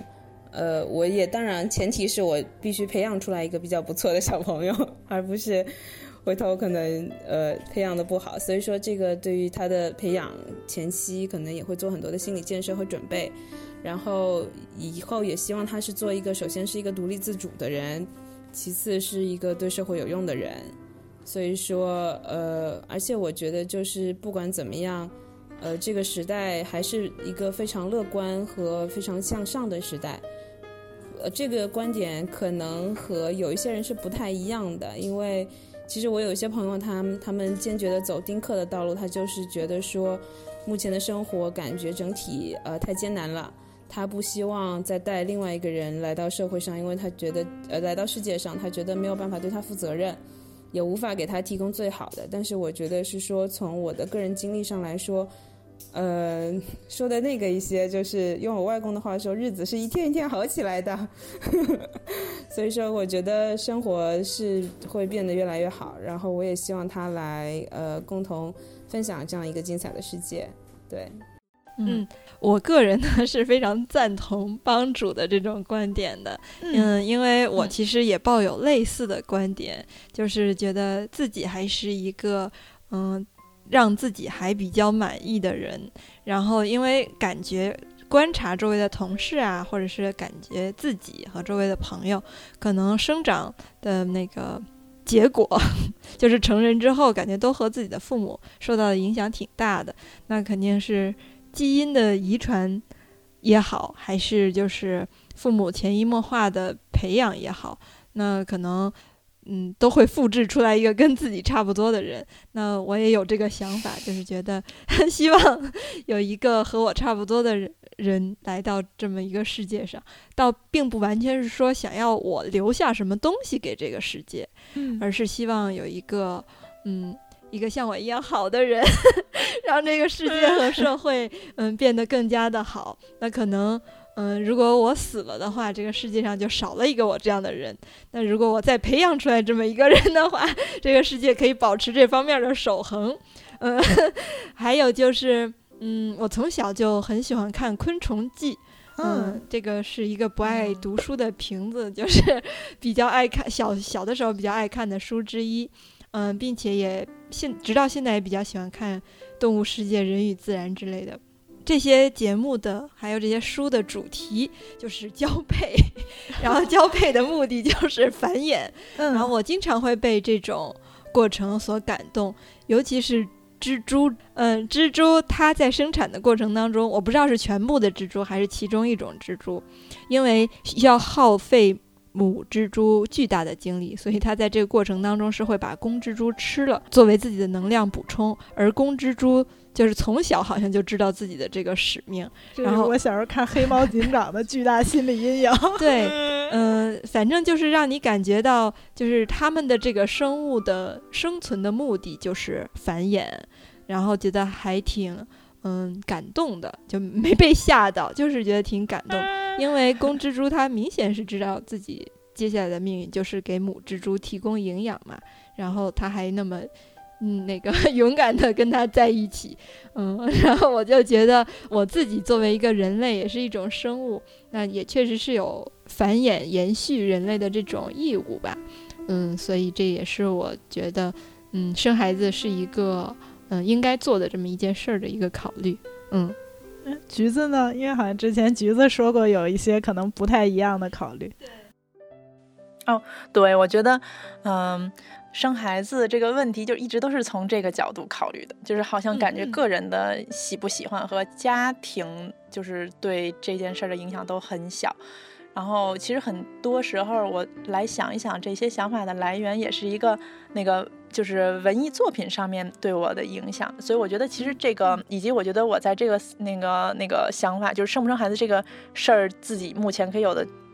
呃，我也当然前提是我必须培养出来一个比较不错的小朋友，而不是回头可能呃培养的不好。所以说这个对于他的培养前期可能也会做很多的心理建设和准备，然后以后也希望他是做一个首先是一个独立自主的人，其次是一个对社会有用的人。所以说呃，而且我觉得就是不管怎么样呃，这个时代还是一个非常乐观和非常向上的时代。呃，这个观点可能和有一些人是不太一样的，因为其实我有一些朋友，他们他们坚决的走丁克的道路，他就是觉得说，目前的生活感觉整体呃太艰难了，他不希望再带另外一个人来到社会上，因为他觉得呃来到世界上，他觉得没有办法对他负责任，也无法给他提供最好的。但是我觉得是说，从我的个人经历上来说。呃，说的那个一些，就是用我外公的话说，日子是一天一天好起来的。所以说，我觉得生活是会变得越来越好。然后，我也希望他来呃共同分享这样一个精彩的世界。对， 嗯，我个人呢是非常赞同帮主的这种观点的。嗯, 嗯，因为我其实也抱有类似的观点，嗯、就是觉得自己还是一个嗯。让自己还比较满意的人，然后因为感觉观察周围的同事啊，或者是感觉自己和周围的朋友可能生长的那个结果就是成人之后感觉都和自己的父母受到的影响挺大的，那肯定是基因的遗传也好，还是就是父母潜移默化的培养也好，那可能嗯，都会复制出来一个跟自己差不多的人。那我也有这个想法，就是觉得希望有一个和我差不多的人人来到这么一个世界上，倒并不完全是说想要我留下什么东西给这个世界，嗯，而是希望有一个嗯一个像我一样好的人让这个世界和社会嗯变得更加的好。那可能嗯，如果我死了的话，这个世界上就少了一个我这样的人。那如果我再培养出来这么一个人的话，这个世界可以保持这方面的守恒。嗯，还有就是，嗯，我从小就很喜欢看《昆虫记》。嗯，这个是一个不爱读书的瓶子，就是比较爱看小小的时候比较爱看的书之一。嗯，并且也现直到现在也比较喜欢看《动物世界》《人与自然》之类的。这些节目的还有这些书的主题就是交配，然后交配的目的就是繁衍，嗯、然后我经常会被这种过程所感动，尤其是蜘蛛，嗯，蜘蛛它在生产的过程当中，我不知道是全部的蜘蛛还是其中一种蜘蛛，因为要耗费母蜘蛛巨大的精力，所以它在这个过程当中是会把公蜘蛛吃了作为自己的能量补充，而公蜘蛛就是从小好像就知道自己的这个使命。然后我小时候看黑猫警长的巨大心理阴影。 对，嗯、呃，反正就是让你感觉到，就是他们的这个生物的生存的目的就是繁衍，然后觉得还挺嗯感动的，就没被吓到，就是觉得挺感动。因为公蜘蛛它明显是知道自己接下来的命运就是给母蜘蛛提供营养嘛，然后它还那么嗯，那个勇敢的跟他在一起，嗯，然后我就觉得我自己作为一个人类，也是一种生物，那也确实是有繁衍延续人类的这种义务吧，嗯，所以这也是我觉得，嗯，生孩子是一个嗯应该做的这么一件事儿的一个考虑，嗯。 橘子呢？因为好像之前橘子说过有一些可能不太一样的考虑。 哦，对，我觉得，嗯。生孩子这个问题就一直都是从这个角度考虑的，就是好像感觉个人的喜不喜欢和家庭就是对这件事的影响都很小。然后其实很多时候我来想一想，这些想法的来源也是一个那个就是文艺作品上面对我的影响。所以我觉得其实这个以及我觉得我在这个那个那个想法就是生不生孩子这个事儿自己目前可以有的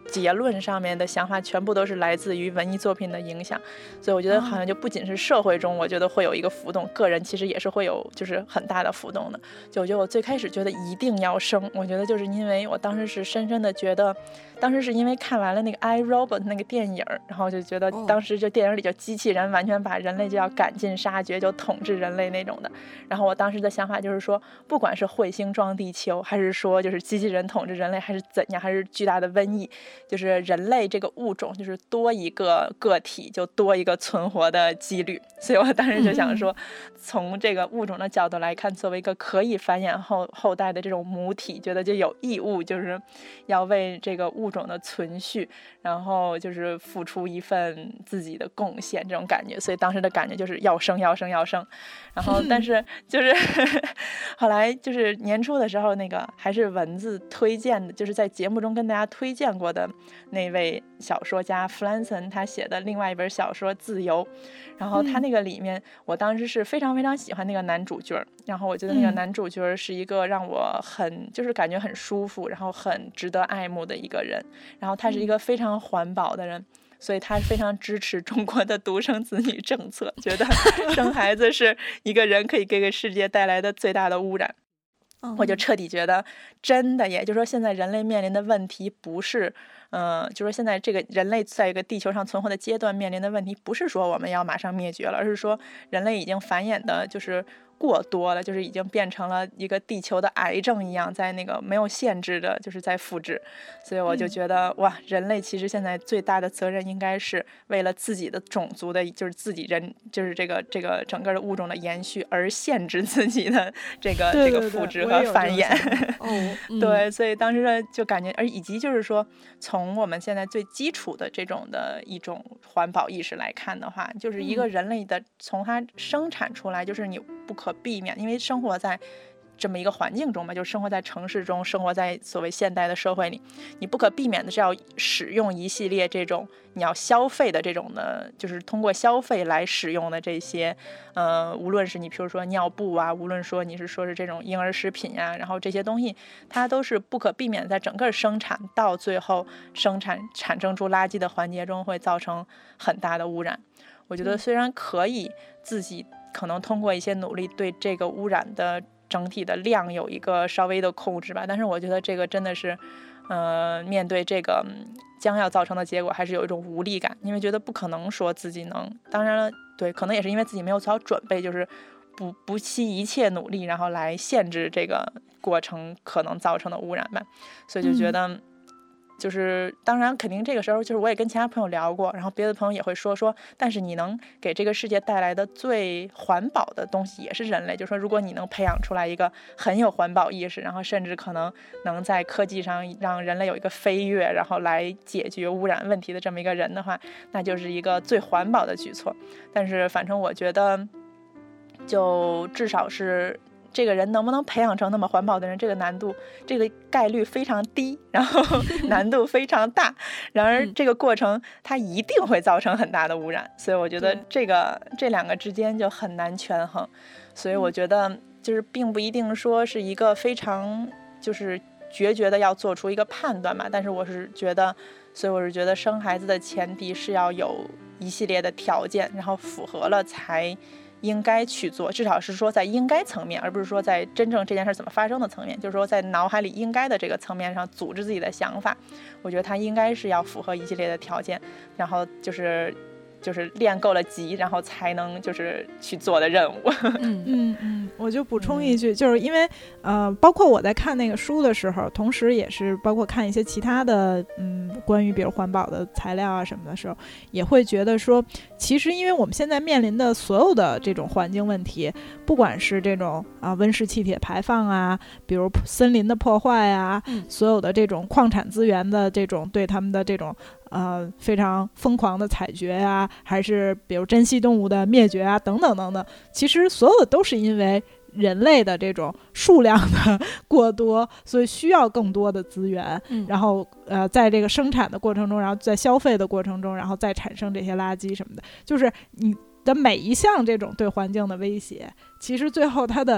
结论上面的想法全部都是来自于文艺作品的影响，所以我觉得好像就不仅是社会中我觉得会有一个浮动，个人其实也是会有就是很大的浮动的。就我觉得我最开始觉得一定要生，我觉得就是因为我当时是深深的觉得，当时是因为看完了那个 I Robot 那个电影，然后就觉得当时就电影里就机器人完全把人类就要赶尽杀绝，就统治人类那种的。然后我当时的想法就是说，不管是彗星撞地球，还是说就是机器人统治人类，还是怎样，还是巨大的瘟疫，就是人类这个物种就是多一个个体就多一个存活的几率。所以我当时就想说，从这个物种的角度来看，作为一个可以繁衍后后代的这种母体，觉得就有义务就是要为这个物种的存续，然后就是付出一份自己的贡献，这种感觉。所以当时的感觉就是要生要生要生。然后但是就是后来就是年初的时候，那个还是文字推荐的，就是在节目中跟大家推荐过的那位小说家弗兰森他写的另外一本小说《自由》，然后他那个里面我当时是非常非常喜欢那个男主角，然后我觉得那个男主角是一个让我很就是感觉很舒服，然后很值得爱慕的一个人，然后他是一个非常环保的人，所以他非常支持中国的独生子女政策，觉得生孩子是一个人可以给给世界带来的最大的污染。我就彻底觉得真的耶，就是说现在人类面临的问题不是呃，就是说现在这个人类在一个地球上存活的阶段面临的问题不是说我们要马上灭绝了，而是说人类已经繁衍的就是过多了，就是已经变成了一个地球的癌症一样，在那个没有限制的就是在复制。所以我就觉得、嗯、哇，人类其实现在最大的责任应该是为了自己的种族的就是自己人就是这个这个整个的物种的延续而限制自己的这个对对对这个复制和繁衍。 哦、嗯、 对，所以当时就感觉而以及就是说从我们现在最基础的这种的一种环保意识来看的话，就是一个人类的从它生产出来就是你不可避免，因为生活在这么一个环境中嘛，就是生活在城市中，生活在所谓现代的社会里，你不可避免的是要使用一系列这种你要消费的这种的，就是通过消费来使用的这些呃，无论是你比如说尿布啊，无论说你是说是这种婴儿食品啊，然后这些东西它都是不可避免在整个生产到最后生产产生出垃圾的环节中会造成很大的污染。我觉得虽然可以自己可能通过一些努力对这个污染的整体的量有一个稍微的控制吧，但是我觉得这个真的是呃，面对这个将要造成的结果还是有一种无力感，因为觉得不可能说自己能，当然了对，可能也是因为自己没有做好准备，就是不不惜一切努力然后来限制这个过程可能造成的污染吧。所以就觉得、嗯就是当然肯定这个时候就是我也跟其他朋友聊过，然后别的朋友也会说说但是你能给这个世界带来的最环保的东西也是人类，就是说如果你能培养出来一个很有环保意识，然后甚至可能能在科技上让人类有一个飞跃，然后来解决污染问题的这么一个人的话，那就是一个最环保的举措。但是反正我觉得就至少是这个人能不能培养成那么环保的人，这个难度这个概率非常低，然后难度非常大，然而这个过程它一定会造成很大的污染，所以我觉得这个这两个之间就很难权衡。所以我觉得就是并不一定说是一个非常就是决绝的要做出一个判断嘛，但是我是觉得所以我是觉得生孩子的前提是要有一系列的条件，然后符合了才应该去做，至少是说在应该层面，而不是说在真正这件事怎么发生的层面，就是说在脑海里应该的这个层面上组织自己的想法，我觉得它应该是要符合一系列的条件，然后就是就是练够了级，然后才能就是去做的任务。 嗯嗯嗯，我就补充一句，就是因为呃，包括我在看那个书的时候，同时也是包括看一些其他的嗯关于比如环保的材料啊什么的时候，也会觉得说，其实因为我们现在面临的所有的这种环境问题，不管是这种啊温室气体排放啊，比如森林的破坏啊，嗯、所有的这种矿产资源的这种对他们的这种。呃，非常疯狂的采掘啊，还是比如珍稀动物的灭绝啊，等等等等，其实所有的都是因为人类的这种数量的过多，所以需要更多的资源，嗯、然后呃，在这个生产的过程中，然后在消费的过程中，然后再产生这些垃圾什么的，就是你的每一项这种对环境的威胁，其实最后它的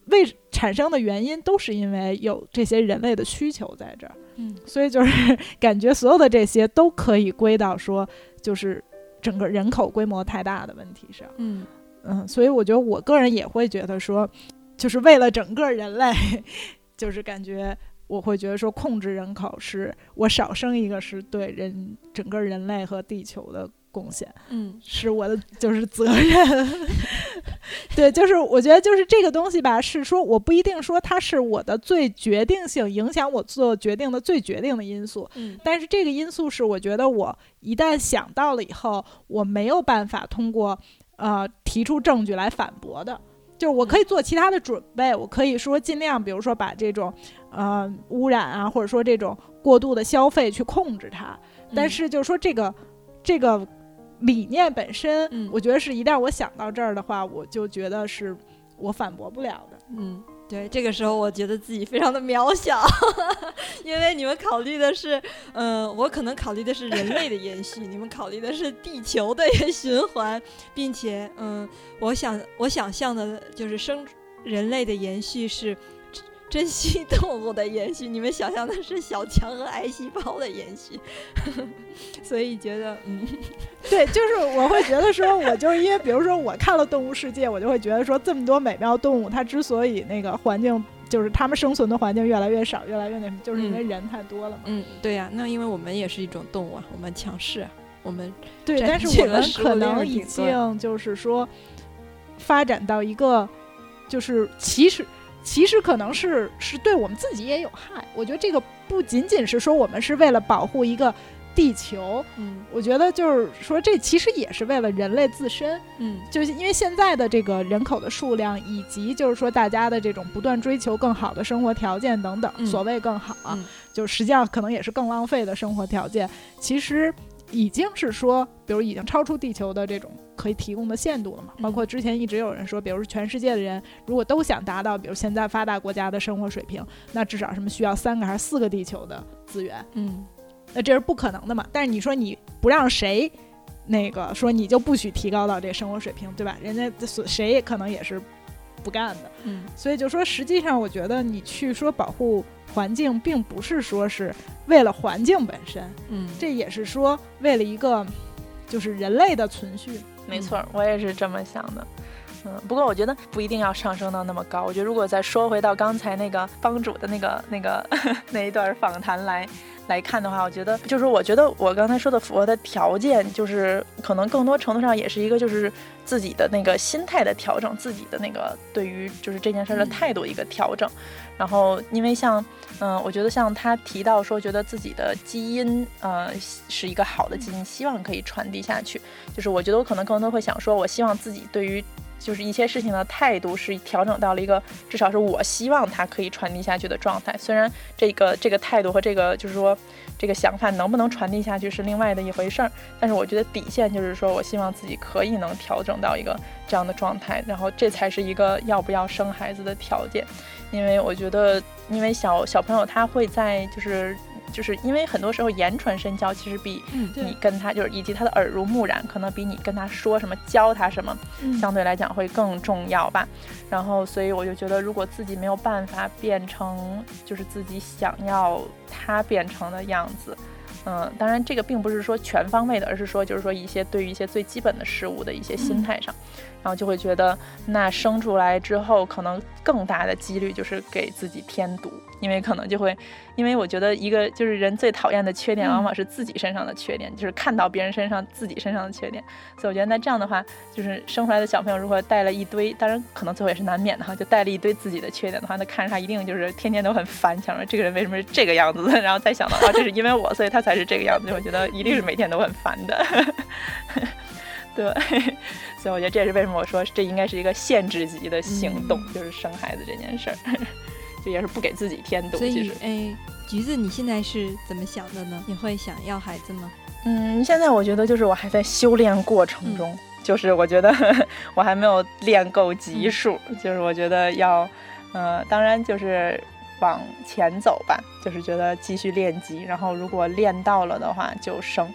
为产生的原因都是因为有这些人类的需求在这儿， 嗯， 所以就是感觉所有的这些都可以归到说就是整个人口规模太大的问题上， 嗯嗯，所以我觉得我个人也会觉得说，就是为了整个人类，就是感觉我会觉得说控制人口是我少生一个是对人整个人类和地球的贡献， 嗯， 是我的就是责任。对，就是我觉得就是这个东西吧，是说我不一定说它是我的最决定性影响我做决定的最决定的因素， 嗯， 但是这个因素是我觉得我一旦想到了以后，我没有办法通过呃提出证据来反驳的。就是我可以做其他的准备，我可以说尽量比如说把这种呃污染啊，或者说这种过度的消费去控制它，但是就是说这个这个理念本身， 嗯， 我觉得是一旦我想到这儿的话，我就觉得是我反驳不了的。 嗯，对，这个时候我觉得自己非常的渺小，因为你们考虑的是，嗯、呃，我可能考虑的是人类的延续，你们考虑的是地球的循环，并且，嗯、呃，我想我想象的就是生人类的延续是珍稀动物的延续，你们想象的是小强和癌细胞的延续，所以觉得，嗯， 对，就是我会觉得说，我就是因为比如说我看了《动物世界》，我就会觉得说，这么多美妙动物，它之所以那个环境就是它们生存的环境越来越少，越来越那什么，就是因为人太多了嘛。 嗯，对呀、啊，那因为我们也是一种动物啊，我们强势，我们对，但是我们可能已经就是说发展到一个，就是其实。其实可能是是对我们自己也有害，我觉得这个不仅仅是说我们是为了保护一个地球， 嗯， 我觉得就是说这其实也是为了人类自身， 嗯， 就是因为现在的这个人口的数量，以及就是说大家的这种不断追求更好的生活条件等等， 嗯、 所谓更好啊， 嗯、 就实际上可能也是更浪费的生活条件，其实已经是说，比如已经超出地球的这种可以提供的限度了嘛。包括之前一直有人说，比如说全世界的人如果都想达到比如现在发达国家的生活水平，那至少什么需要三个还是四个地球的资源， 嗯， 那这是不可能的嘛。但是你说你不让谁那个说你就不许提高到这生活水平，对吧？人家谁也可能也是不干的， 嗯， 所以就说实际上我觉得你去说保护环境并不是说是为了环境本身， 嗯， 这也是说为了一个就是人类的存续。 没错，我也是这么想的。嗯，不过我觉得不一定要上升到那么高。我觉得如果再说回到刚才那个帮主的那个那个那一段访谈来来看的话，我觉得就是我觉得我刚才说的符合的条件，就是可能更多程度上也是一个就是自己的那个心态的调整，自己的那个对于就是这件事的态度一个调整。嗯、然后因为像嗯、呃，我觉得像他提到说，觉得自己的基因呃是一个好的基因，希望可以传递下去。就是我觉得我可能更多会想说，我希望自己对于就是一些事情的态度是调整到了一个至少是我希望它可以传递下去的状态。虽然这个这个态度和这个就是说这个想法能不能传递下去是另外的一回事儿，但是我觉得底线就是说我希望自己可以能调整到一个这样的状态，然后这才是一个要不要生孩子的条件。因为我觉得因为小小朋友他会在就是就是因为很多时候言传身教其实比你跟他、嗯、就是以及他的耳濡目染可能比你跟他说什么教他什么、嗯、相对来讲会更重要吧。然后所以我就觉得如果自己没有办法变成就是自己想要他变成的样子，嗯，当然这个并不是说全方位的，而是说就是说一些对于一些最基本的事物的一些心态上、嗯、然后就会觉得那生出来之后可能更大的几率就是给自己添堵，因为可能就会因为我觉得一个就是人最讨厌的缺点往往是自己身上的缺点、嗯、就是看到别人身上自己身上的缺点。所以我觉得那这样的话就是生出来的小朋友如果带了一堆，当然可能最后也是难免的哈，就带了一堆自己的缺点的话，那看着他一定就是天天都很烦，想说这个人为什么是这个样子的，然后再想到啊这是因为我所以他才是这个样子，我觉得一定是每天都很烦的对，所以我觉得这也是为什么我说这应该是一个限制级的行动、嗯、就是生孩子这件事儿这也是不给自己添堵。 所以其实哎，橘子你现在是怎么想的呢？你会想要孩子吗？ 嗯，现在我觉得就是我还在修炼过程中、嗯、就是我觉得呵呵我还没有练够级数、嗯、就是我觉得要呃，当然就是往前走吧，就是觉得继续练级，然后如果练到了的话就生，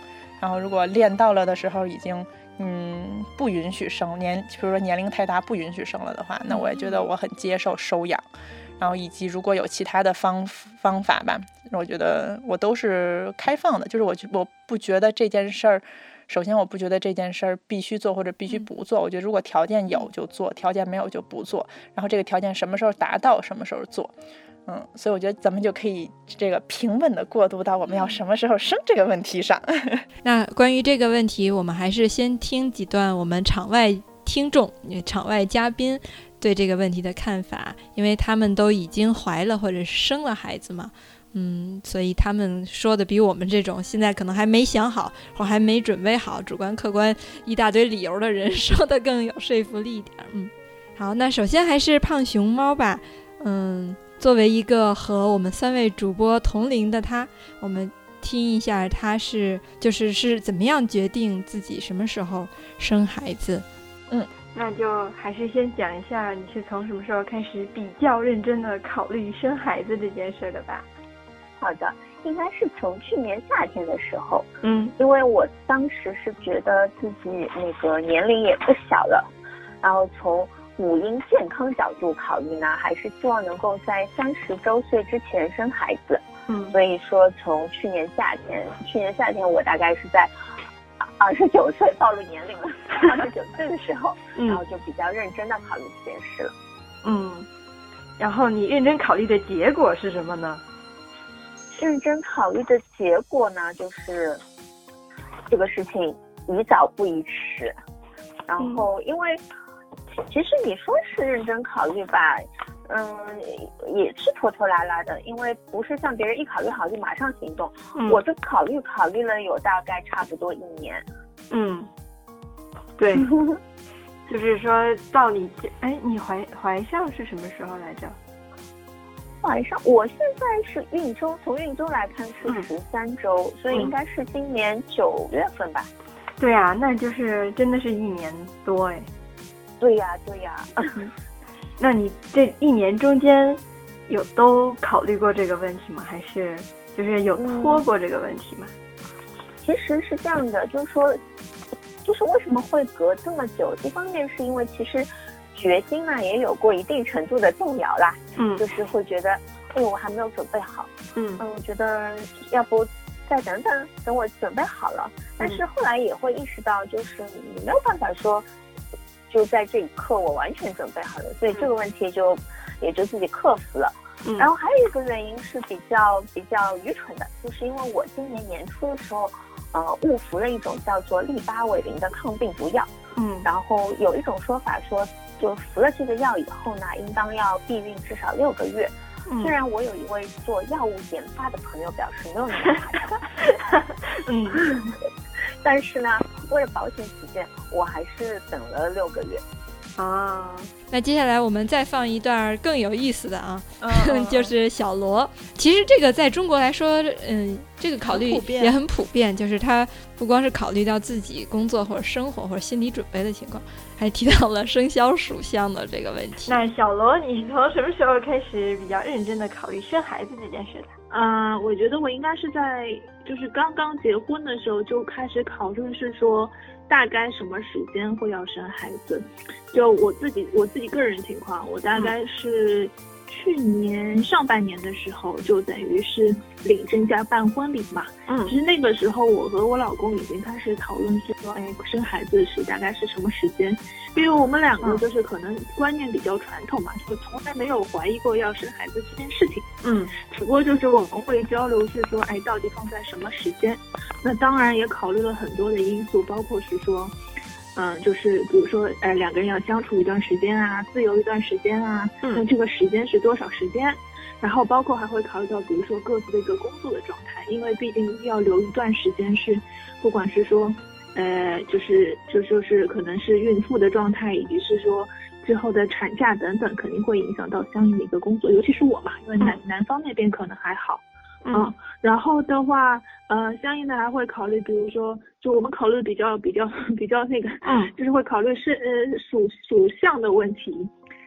然后如果练到了的时候已经嗯不允许生，年比如说年龄太大不允许生了的话，那我也觉得我很接受收养。然后以及如果有其他的方方法吧，我觉得我都是开放的，就是我我不觉得这件事儿，首先我不觉得这件事儿必须做或者必须不做，我觉得如果条件有就做，条件没有就不做，然后这个条件什么时候达到什么时候做。嗯，所以我觉得咱们就可以这个平稳的过渡到我们要什么时候生这个问题上。 那关于这个问题，我们还是先听几段我们场外听众、场外嘉宾对这个问题的看法，因为他们都已经怀了或者是生了孩子嘛，嗯，所以他们说的比我们这种现在可能还没想好或还没准备好，主观客观一大堆理由的人说的更有说服力一点。嗯，好，那首先还是胖熊猫吧。嗯，作为一个和我们三位主播同龄的他，我们听一下他是就是是怎么样决定自己什么时候生孩子。 嗯，那就还是先讲一下你是从什么时候开始比较认真的考虑生孩子这件事的吧。 好的，应该是从去年夏天的时候， 嗯， 因为我当时是觉得自己那个年龄也不小了，然后从母婴健康角度考虑呢，还是希望能够在三十周岁之前生孩子。 嗯， 所以说从去年夏天，去年夏天我大概是在二十九岁暴露年龄了，二十九岁的时候， 嗯， 然后就比较认真的考虑这件事了。 嗯，然后你认真考虑的结果是什么呢？ 认真考虑的结果呢，就是这个事情宜早不宜迟。然后因为其实你说是认真考虑吧，嗯，也是拖拖拉拉的，因为不是像别人一考虑好就马上行动。 嗯， 我就考虑考虑了有大概差不多一年。 嗯，对，就是说到你，哎，你怀怀上是什么时候来着？ 怀上，我现在是孕周，从孕周来看是十三周，嗯，所以应该是今年九月份吧。 对啊，那就是真的是一年多哎。 对呀，对呀。 那你这一年中间有都考虑过这个问题吗？还是就是有拖过这个问题吗？ 嗯，其实是这样的，就是说，就是为什么会隔这么久？一方面是因为其实决心呢也有过一定程度的动摇啦， 嗯， 就是会觉得，哎，我还没有准备好， 嗯嗯，我觉得要不再等等，等我准备好了。但是后来也会意识到，就是你没有办法说。就在这一刻我完全准备好了，所以这个问题就也就自己克服了。 嗯， 然后还有一个原因是比较比较愚蠢的，就是因为我今年年初的时候呃误服了一种叫做利巴韦林的抗病毒药。 嗯， 然后有一种说法说，就服了这个药以后呢，应当要避孕至少六个月。 嗯， 虽然我有一位做药物研发的朋友表示没有那么夸张， 嗯， 但是呢，为了保险起见，我还是等了六个月。 啊， 那接下来我们再放一段更有意思的啊， 嗯、 就是小罗。其实这个在中国来说，嗯，这个考虑也很普遍，就是他不光是考虑到自己工作或者生活或者心理准备的情况，还提到了生肖属相的这个问题。 那小罗，你从什么时候开始比较认真的考虑生孩子这件事的？ 嗯、呃，我觉得我应该是在就是刚刚结婚的时候就开始考虑，是说大概什么时间会要生孩子。就我自己我自己个人情况，我大概是去年上半年的时候，就等于是领证加办婚礼嘛。 嗯， 其实那个时候我和我老公已经开始讨论是说，哎，生孩子是大概是什么时间？因为我们两个就是可能观念比较传统嘛，就从来没有怀疑过要生孩子这件事情。 嗯， 只不过就是我们会交流是说，哎，到底放在什么时间？那当然也考虑了很多的因素，包括是说。嗯，就是比如说，呃，两个人要相处一段时间啊，自由一段时间啊， 嗯， 那这个时间是多少时间？然后包括还会考虑到，比如说各自的一个工作的状态，因为毕竟要留一段时间是，不管是说，呃，就是就就是可能是孕妇的状态，以及是说之后的产假等等，肯定会影响到相应的一个工作，尤其是我嘛，因为男、嗯、男方那边可能还好。 嗯， 嗯，然后的话，呃，相应的还会考虑，比如说，就我们考虑比较比较比较那个， 嗯， 就是会考虑是呃属属相的问题，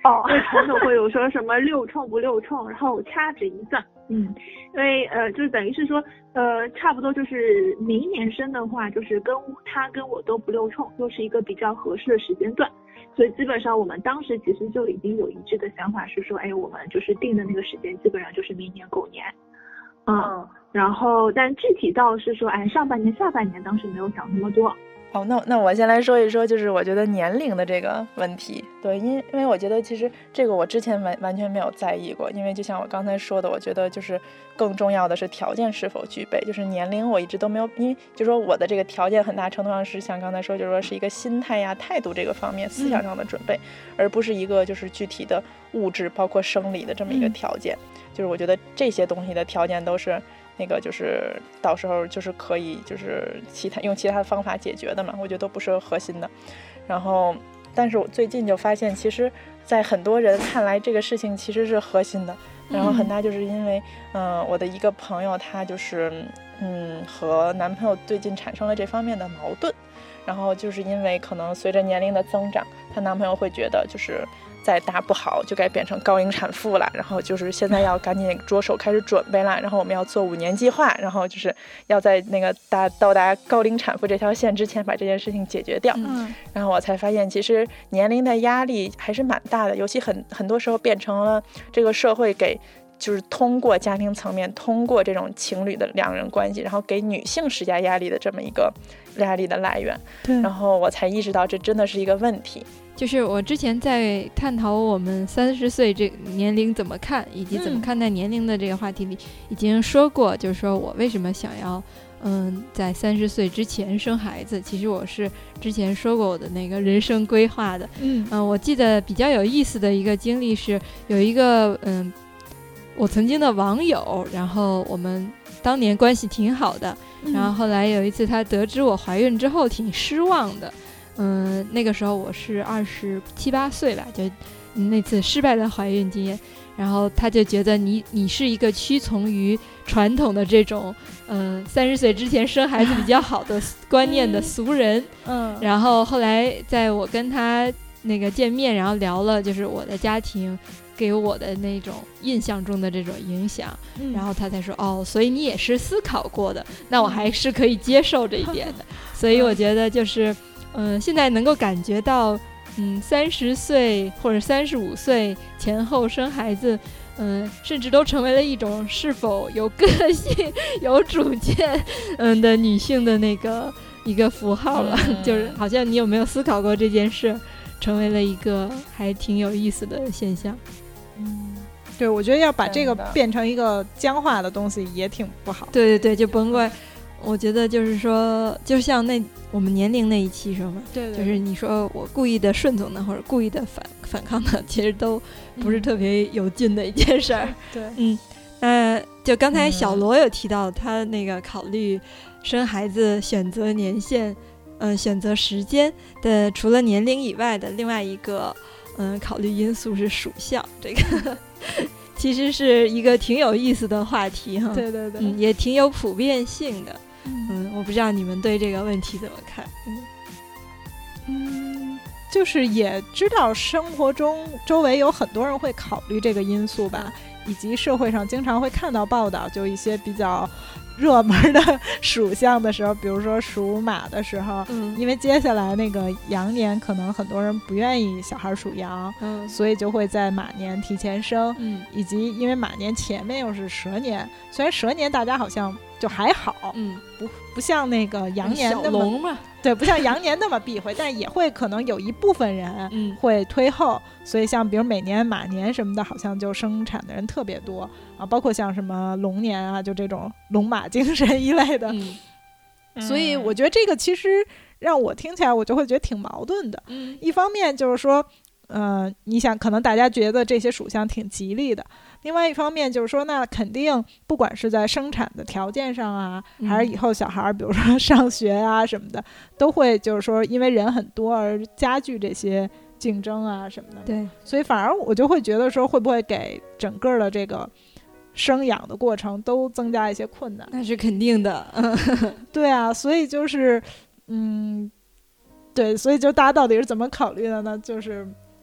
哦，因为传统会有说什么六冲不六冲，然后掐指一算，嗯，因为呃，就是等于是说，呃，差不多就是明年生的话，就是跟他跟我都不六冲，又是一个比较合适的时间段，所以基本上我们当时其实就已经有一致的想法是说，哎，我们就是定的那个时间基本上就是明年狗年，嗯，嗯然后但具体到是说，哎，上半年下半年当时没有想那么多。 好，那那我先来说一说，就是我觉得年龄的这个问题。对，因因为我觉得其实这个我之前完完全没有在意过，因为就像我刚才说的，我觉得就是更重要的是条件是否具备，就是年龄我一直都没有，因为就说我的这个条件很大程度上是像刚才说，就是说是一个心态呀、态度这个方面、思想上的准备，嗯、而不是一个就是具体的物质包括生理的这么一个条件。嗯、就是我觉得这些东西的条件都是。那个就是到时候就是可以就是其他用其他的方法解决的嘛，我觉得都不是核心的。然后但是我最近就发现其实在很多人看来这个事情其实是核心的，然后很大就是因为嗯、呃，我的一个朋友她就是嗯和男朋友最近产生了这方面的矛盾，然后就是因为可能随着年龄的增长，她男朋友会觉得就是再大不好就该变成高龄产妇了，然后就是现在要赶紧着手开始准备了，然后我们要做五年计划，然后就是要在那个达到达高龄产妇这条线之前把这件事情解决掉。嗯，然后我才发现其实年龄的压力还是蛮大的，尤其很很多时候变成了这个社会给就是通过家庭层面，通过这种情侣的两人关系，然后给女性施加压力的这么一个压力的来源。对，然后我才意识到这真的是一个问题。 就是我之前在探讨我们三十岁这个年龄怎么看，以及怎么看待年龄的这个话题里，已经说过，就是说我为什么想要，嗯，在三十岁之前生孩子。其实我是之前说过我的那个人生规划的。嗯，嗯，我记得比较有意思的一个经历是，有一个嗯，我曾经的网友，然后我们当年关系挺好的，然后后来有一次他得知我怀孕之后，挺失望的。嗯，那个时候我是二十七八岁吧，就那次失败的怀孕经验，然后他就觉得你你是一个屈从于传统的这种，嗯、呃，三十岁之前生孩子比较好的观念的俗人。嗯，然后后来在我跟他那个见面，然后聊了就是我的家庭给我的那种印象中的这种影响，嗯、然后他才说哦，所以你也是思考过的，那我还是可以接受这一点的。所以我觉得就是。嗯，现在能够感觉到，嗯，三十岁或者三十五岁前后生孩子，嗯，甚至都成为了一种是否有个性、有主见，嗯的女性的那个一个符号了。嗯、就是好像你有没有思考过这件事，成为了一个还挺有意思的现象。 嗯，对，我觉得要把这个变成一个僵化的东西也挺不好。 对对对，就甭管。我觉得就是说，就像那我们年龄那一期说嘛，对对，就是你说我故意的顺从的或者故意的反反抗的，其实都不是特别有劲的一件事儿。 对， 嗯，那就刚才小罗有提到，他那个考虑生孩子选择年限，嗯、呃，选择时间的，除了年龄以外的另外一个，嗯、呃，考虑因素是属相，这个其实是一个挺有意思的话题哈。 对对对， 嗯，也挺有普遍性的。嗯，我不知道你们对这个问题怎么看。嗯嗯，就是也知道生活中周围有很多人会考虑这个因素吧，以及社会上经常会看到报道，就一些比较热门的属相的时候，比如说属马的时候，嗯，因为接下来那个羊年可能很多人不愿意小孩属羊，嗯，所以就会在马年提前生，嗯，以及因为马年前面又是蛇年，虽然蛇年大家好像就还好，嗯，不不像那个羊年那么小龙嘛， 对，不像羊年那么避讳，但也会可能有一部分人会推后，嗯、所以像比如每年马年什么的，好像就生产的人特别多啊，包括像什么龙年啊，就这种龙马精神一类的，嗯、所以我觉得这个其实让我听起来我就会觉得挺矛盾的，嗯、一方面就是说。呃，你想，可能大家觉得这些属相挺吉利的。另外一方面就是说，那肯定不管是在生产的条件上啊，嗯、还是以后小孩，比如说上学啊什么的，都会就是说，因为人很多而加剧这些竞争啊什么的。 对， 所以反而我就会觉得说，会不会给整个的这个生养的过程都增加一些困难？ 那是肯定的。 对啊，所以就是，嗯，对，所以就大家到底是怎么考虑的呢？就是。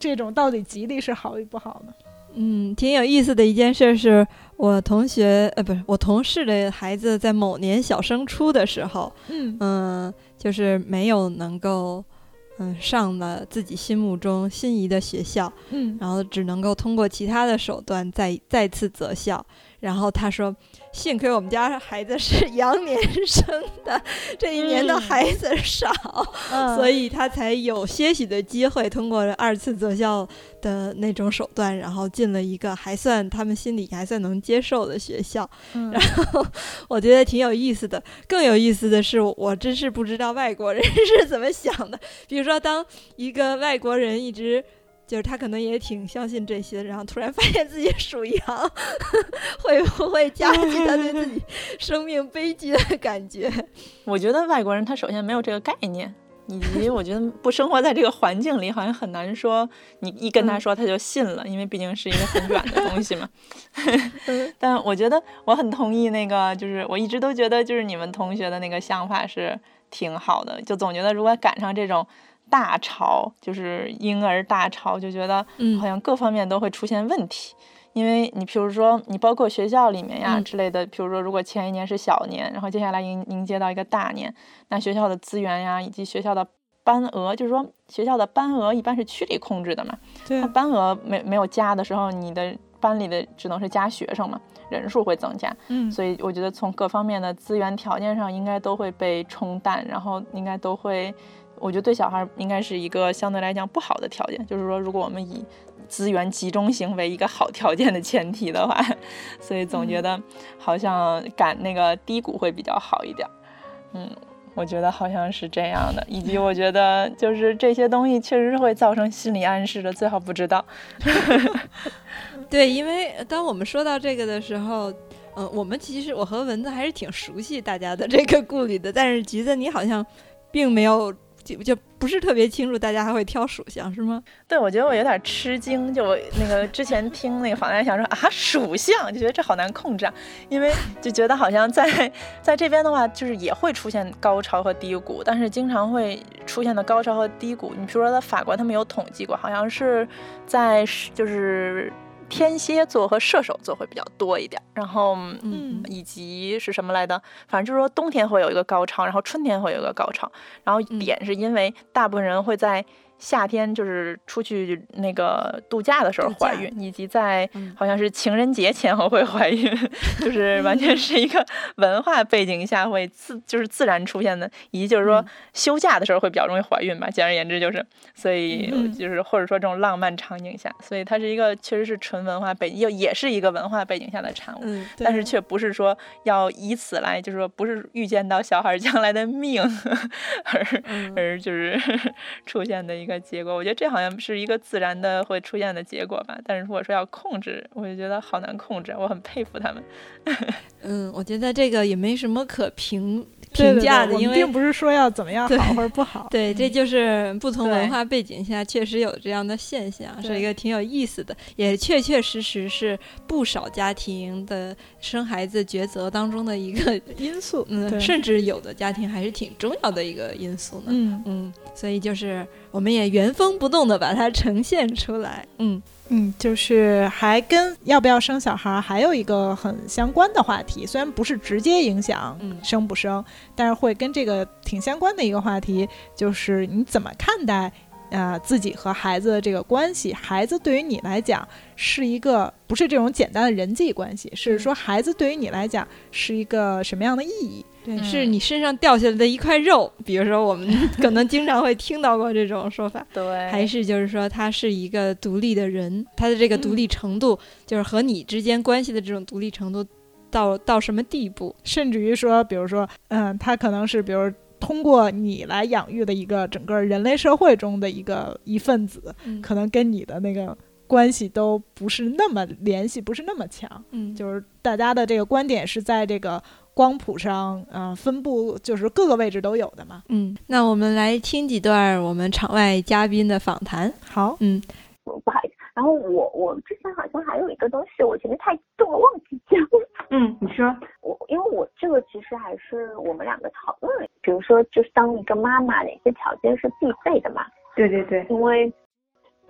这种到底吉利是好与不好呢？ 嗯，挺有意思的一件事是我同学呃不是我同事的孩子在某年小升初的时候， 嗯嗯、呃，就是没有能够嗯上了自己心目中心仪的学校， 嗯， 然后只能够通过其他的手段再再次择校。然后他说幸亏我们家孩子是羊年生的，这一年的孩子少、嗯、所以他才有些许的机会通过二次择校的那种手段，然后进了一个还算他们心里还算能接受的学校、嗯、然后我觉得挺有意思的。更有意思的是我真是不知道外国人是怎么想的，比如说当一个外国人一直就是他可能也挺相信这些，然后突然发现自己属羊，会不会加剧他对自己生命悲剧的感觉？ 我觉得外国人他首先没有这个概念，以及我觉得不生活在这个环境里，好像很难说你一跟他说他就信了，因为毕竟是一个很远的东西嘛。但我觉得我很同意那个，就是我一直都觉得就是你们同学的那个想法是挺好的，就总觉得如果赶上这种大潮，就是婴儿大潮，就觉得好像各方面都会出现问题、嗯、因为你比如说你包括学校里面呀之类的、嗯、比如说如果前一年是小年，然后接下来迎迎接到一个大年，那学校的资源呀以及学校的班额，就是说学校的班额一般是区里控制的嘛， 对， 它班额没没有加的时候，你的班里的只能是加学生嘛，人数会增加， 嗯， 所以我觉得从各方面的资源条件上应该都会被冲淡，然后应该都会，我觉得对小孩应该是一个相对来讲不好的条件，就是说如果我们以资源集中性为一个好条件的前提的话，所以总觉得好像赶那个低谷会比较好一点。嗯，我觉得好像是这样的，以及我觉得就是这些东西确实是会造成心理暗示的，最好不知道。 对，因为当我们说到这个的时候，嗯、呃，我们其实我和蚊子还是挺熟悉大家的这个顾虑的，但是橘子你好像并没有就就不是特别清楚大家还会挑属相是吗？ 对，我觉得我有点吃惊，就我那个之前听那个访谈想说啊属相，就觉得这好难控制啊，因为就觉得好像在在这边的话就是也会出现高潮和低谷，但是经常会出现的高潮和低谷，你比如说在法国他们有统计过，好像是在就是天蝎座和射手座会比较多一点，然后嗯，以及是什么来的，反正就是说冬天会有一个高潮，然后春天会有一个高潮，然后点是因为大部分人会在夏天就是出去那个度假的时候怀孕，以及在好像是情人节前后会怀孕，就是完全是一个文化背景下会自就是自然出现的，以及就是说休假的时候会比较容易怀孕吧，简而言之就是，所以就是或者说这种浪漫场景下，所以它是一个确实是纯文化背景，也是一个文化背景下的产物， 嗯、 但是却不是说要以此来就是说不是预见到小孩将来的命而、嗯、而就是出现的一个结果，我觉得这好像是一个自然的会出现的结果吧，但是如果说要控制，我就觉得好难控制，我很佩服他们。 嗯，我觉得这个也没什么可评评价的， 对对对， 因为并不是说要怎么样好或者不好。 对，这就是不同文化背景下确实有这样的现象，是一个挺有意思的，也确确实实是不少家庭的生孩子抉择当中的一个因素， 嗯，甚至有的家庭还是挺重要的一个因素呢。 嗯嗯，所以就是我们也原封不动的把它呈现出来。嗯。 嗯，就是还跟要不要生小孩还有一个很相关的话题，虽然不是直接影响生不生、嗯、但是会跟这个挺相关的一个话题，就是你怎么看待呃自己和孩子的这个关系，孩子对于你来讲是一个不是这种简单的人际关系，是说孩子对于你来讲是一个什么样的意义， 对、嗯，是你身上掉下来的一块肉，比如说我们可能经常会听到过这种说法， 对， 还是就是说他是一个独立的人，他的这个独立程度、嗯、就是和你之间关系的这种独立程度到到什么地步， 甚至于说比如说嗯，他可能是比如通过你来养育的一个整个人类社会中的一个一份子、嗯、可能跟你的那个关系都不是那么联系不是那么强， 嗯， 就是大家的这个观点是在这个光谱上呃，分布就是各个位置都有的嘛。 嗯，那我们来听几段我们场外嘉宾的访谈。 好， 嗯， 不好意思，然后我我之前好像还有一个东西我前面太激动了忘记讲。 嗯，你说。 我因为我这个其实还是我们两个讨论，比如说就是当一个妈妈哪些条件是必备的嘛。 对对对。 因为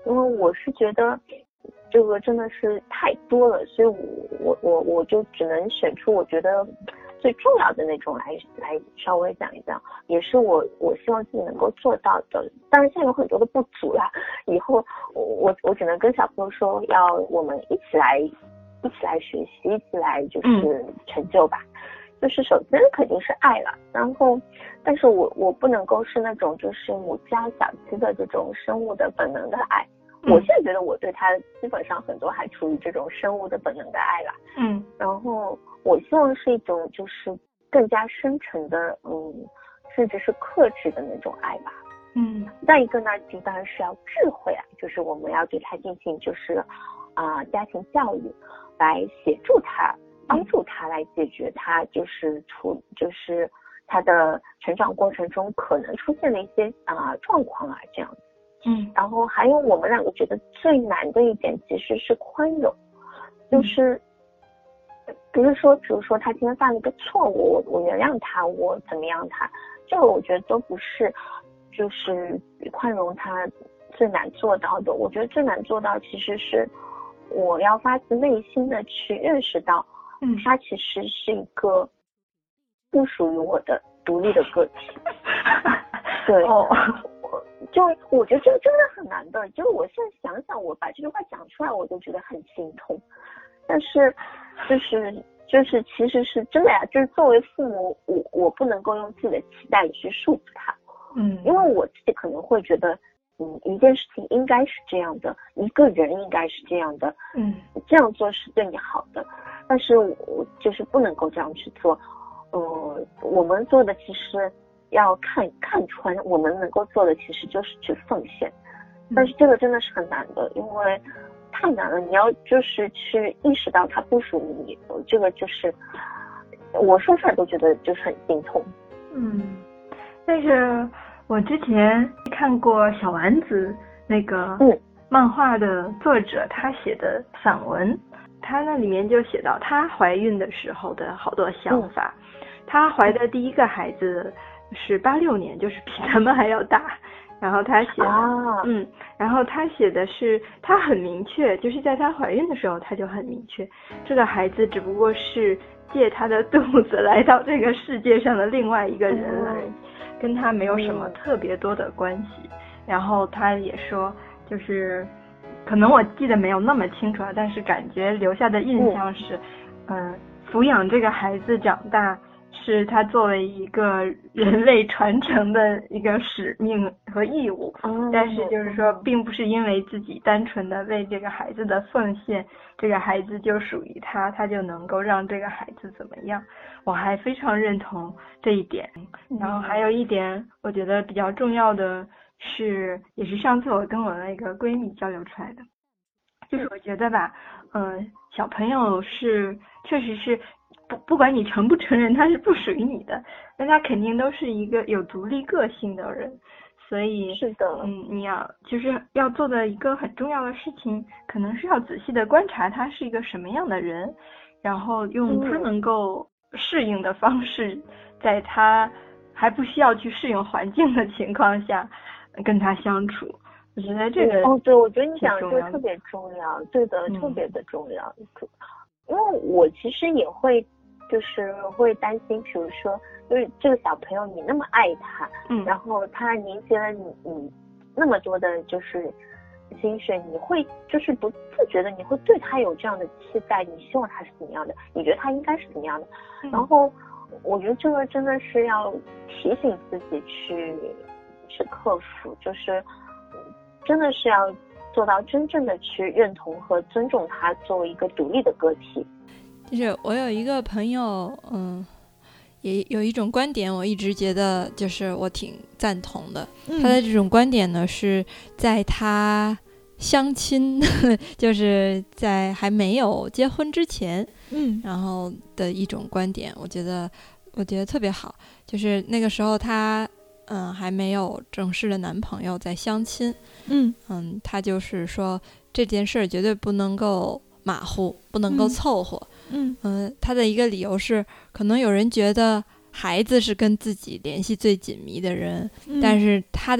因为我是觉得这个真的是太多了，所以我我我我就只能选出我觉得最重要的那种来来稍微讲一讲，也是我我希望自己能够做到的。当然现在有很多的不足啦，以后我我我只能跟小朋友说，要我们一起来一起来学习，一起来就是成就吧。嗯，就是首先肯定是爱了，然后但是我我不能够是那种就是母家小鸡的这种生物的本能的爱。我现在觉得我对他基本上很多还处于这种生物的本能的爱了。 嗯， 然后我希望是一种就是更加深沉的，嗯，甚至是克制的那种爱吧。 嗯， 再一个呢，就当然是要智慧啊，就是我们要对他进行就是啊、呃、家庭教育，来协助他，帮助他来解决他就是处就是他的成长过程中可能出现的一些啊、呃、状况啊这样子。 嗯， 然后还有我们两个觉得最难的一点其实是宽容，就是不是说比如说他今天犯了一个错误，我我原谅他，我怎么样他，这个我觉得都不是就是宽容他最难做到的。我觉得最难做到其实是我要发自内心的去认识到， 嗯， 他其实是一个不属于我的独立的个体。对。 哦， 就我觉得这个真的很难的，就是我现在想想，我把这句话讲出来，我都觉得很心痛。但是，就是就是其实是真的呀，就是作为父母，我我不能够用自己的期待去束缚他。 嗯， 因为我自己可能会觉得，嗯，一件事情应该是这样的，一个人应该是这样的， 嗯， 这样做是对你好的。但是我就是不能够这样去做。嗯，我们做的其实。要看看穿，我们能够做的其实就是去奉献，但是这个真的是很难的，因为太难了。你要就是去意识到它不属于你，这个就是我说出来都觉得就是很心痛。 嗯，但是我之前看过小丸子那个漫画的作者他写的散文，他那里面就写到他怀孕的时候的好多想法。嗯，他怀的第一个孩子是八六年，就是比他们还要大。然后他写的、啊、嗯，然后他写的是他很明确，就是在他怀孕的时候他就很明确，这个孩子只不过是借他的肚子来到这个世界上的另外一个人而已，跟他没有什么特别多的关系。然后他也说，就是可能我记得没有那么清楚啊，但是感觉留下的印象是嗯、呃，抚养这个孩子长大是他作为一个人类传承的一个使命和义务，但是就是说并不是因为自己单纯的为这个孩子的奉献，这个孩子就属于他，他就能够让这个孩子怎么样。我还非常认同这一点。然后还有一点我觉得比较重要的是，也是上次我跟我那个闺蜜交流出来的，就是我觉得吧嗯、呃，小朋友是确实是不不管你承不承认他是不属于你的，但他肯定都是一个有独立个性的人。所以是的， 嗯，你要就是要做的一个很重要的事情，可能是要仔细的观察他是一个什么样的人，然后用他能够适应的方式，在他还不需要去适应环境的情况下跟他相处。我觉得这个哦，对，我觉得你讲这个特别重要，对的，特别的重要。因为我其实也会就是会担心，比如说就是这个小朋友你那么爱他，嗯，然后他凝结了你你那么多的就是心血，你会就是不自觉的你会对他有这样的期待，你希望他是怎么样的，你觉得他应该是怎么样的，嗯，然后我觉得这个真的是要提醒自己去去克服，就是真的是要做到真正的去认同和尊重他作为一个独立的个体。 就是我有一个朋友，嗯，也有一种观点，我一直觉得就是我挺赞同的。嗯，他的这种观点呢，是在他相亲，就是在还没有结婚之前，嗯，然后的一种观点，我觉得我觉得特别好。就是那个时候他嗯还没有正式的男朋友，在相亲，嗯嗯，他就是说这件事绝对不能够马虎，不能够凑合。嗯嗯、呃，他的一个理由是，可能有人觉得孩子是跟自己联系最紧密的人，嗯，但是他的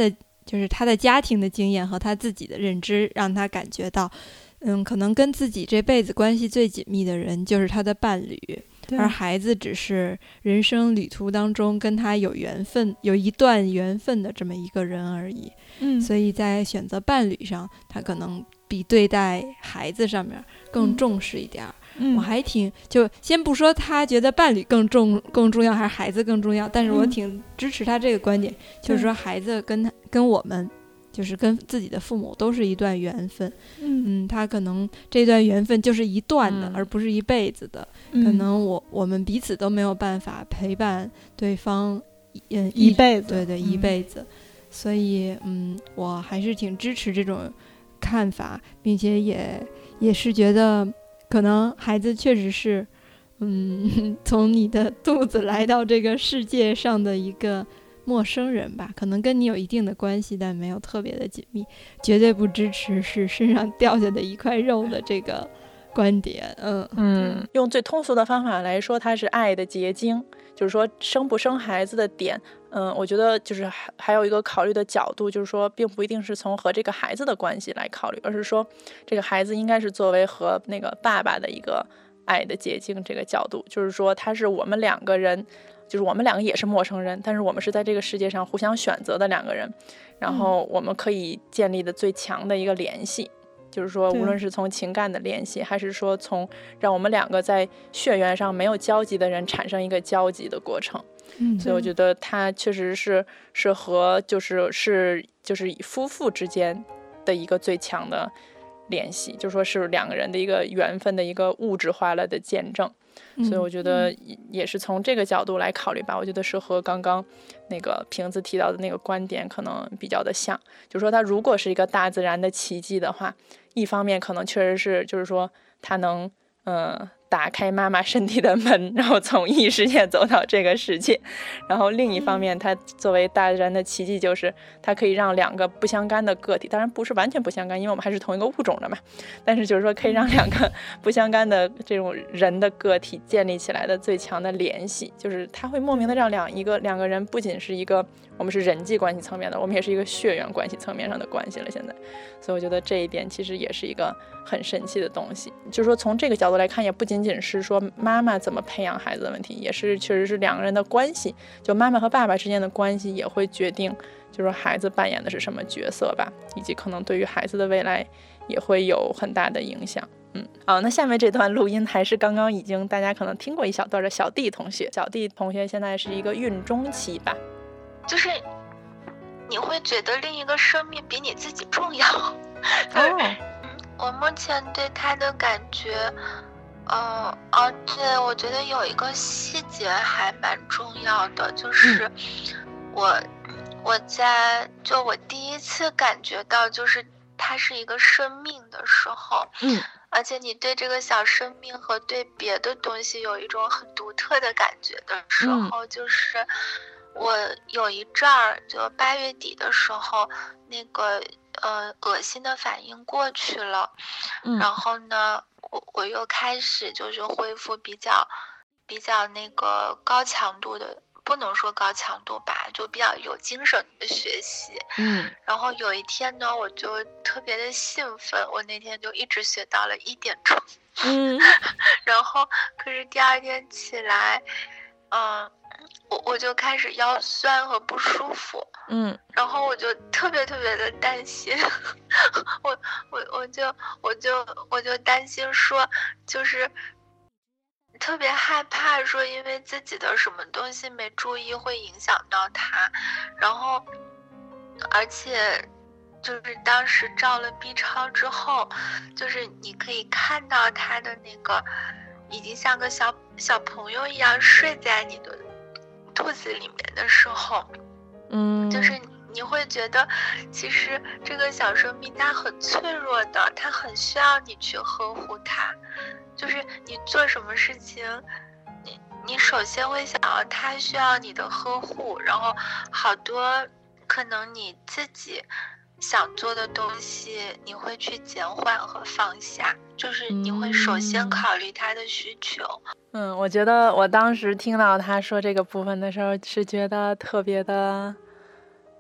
就是他的家庭的经验和他自己的认知，让他感觉到，嗯，可能跟自己这辈子关系最紧密的人就是他的伴侣，而孩子只是人生旅途当中跟他有缘分、有一段缘分的这么一个人而已。 嗯， 所以在选择伴侣上，他可能比对待孩子上面更重视一点。 嗯， 我还挺就先不说他觉得伴侣更重更重要还是孩子更重要，但是我挺支持他这个观点，嗯、就是说孩子跟他跟我们。就是跟自己的父母都是一段缘分， 嗯嗯，他可能这段缘分就是一段的，嗯、而不是一辈子的。 嗯、 可能我我们彼此都没有办法陪伴对方，嗯， 一辈子， 对对，一辈子。嗯、所以，嗯，我还是挺支持这种看法，并且也也是觉得，可能孩子确实是，嗯，从你的肚子来到这个世界上的一个。陌生人吧，可能跟你有一定的关系，但没有特别的紧密，绝对不支持是身上掉下的一块肉的这个观点。嗯嗯，用最通俗的方法来说，它是爱的结晶。就是说，生不生孩子的点，嗯，我觉得就是还还有一个考虑的角度，就是说，并不一定是从和这个孩子的关系来考虑，而是说，这个孩子应该是作为和那个爸爸的一个爱的结晶这个角度，就是说，他是我们两个人。就是我们两个也是陌生人，但是我们是在这个世界上互相选择的两个人，然后我们可以建立的最强的一个联系，嗯、就是说无论是从情感的联系，还是说从让我们两个在血缘上没有交集的人产生一个交集的过程。 嗯， 所以我觉得它确实是是和就是是就是夫妇之间的一个最强的联系，就说是两个人的一个缘分的一个物质化了的见证。所以我觉得也是从这个角度来考虑吧，我觉得是和刚刚那个瓶子提到的那个观点可能比较的像，就是说它如果是一个大自然的奇迹的话，一方面可能确实是就是说它能嗯打开妈妈身体的门，然后从异世界走到这个世界，然后另一方面它作为大自然的奇迹，就是它可以让两个不相干的个体，当然不是完全不相干，因为我们还是同一个物种的嘛，但是就是说可以让两个不相干的这种人的个体建立起来的最强的联系，就是它会莫名的让两一个两个人不仅是一个我们是人际关系层面的，我们也是一个血缘关系层面上的关系了现在。所以我觉得这一点其实也是一个很神奇的东西，就是说从这个角度来看，也不仅仅是说妈妈怎么培养孩子的问题，也是确实是两个人的关系，就妈妈和爸爸之间的关系也会决定就是说孩子扮演的是什么角色吧，以及可能对于孩子的未来也会有很大的影响。嗯，好，那下面这段录音还是刚刚已经大家可能听过一小段的小弟同学，小弟同学现在是一个孕中期吧， 就是你会觉得另一个生命比你自己重要。 哦， 我目前对他的感觉，呃，而且我觉得有一个细节还蛮重要的，就是我、嗯、我在就我第一次感觉到就是它是一个生命的时候， 嗯， 而且你对这个小生命和对别的东西有一种很独特的感觉的时候，嗯、就是我有一阵儿就八月底的时候，那个呃恶心的反应过去了， 嗯、 然后呢，我我又开始就是恢复比较比较那个高强度的。不能说高强度吧，就比较有精神的学习。 嗯， 然后有一天呢，我就特别的兴奋，我那天就一直学到了一点钟。 嗯， 然后可是第二天起来，嗯，我我就开始腰酸和不舒服。 嗯， 然后我就特别特别的担心，我我我就我就我就担心说，就是。特别害怕说因为自己的什么东西没注意会影响到他，然后而且就是当时照了 B 超之后，就是你可以看到他的那个已经像个小小朋友一样睡在你的肚子里面的时候， 嗯， 就是你会觉得其实这个小生命它很脆弱的，它很需要你去呵护它，就是你做什么事情你你首先会想到它需要你的呵护，然后好多可能你自己想做的东西你会去减缓和放下，就是你会首先考虑他的需求。 嗯，我觉得我当时听到他说这个部分的时候是觉得特别的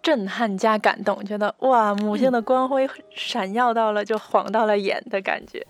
震撼加感动，觉得哇，母性的光辉闪耀到了，就晃到了眼的感觉。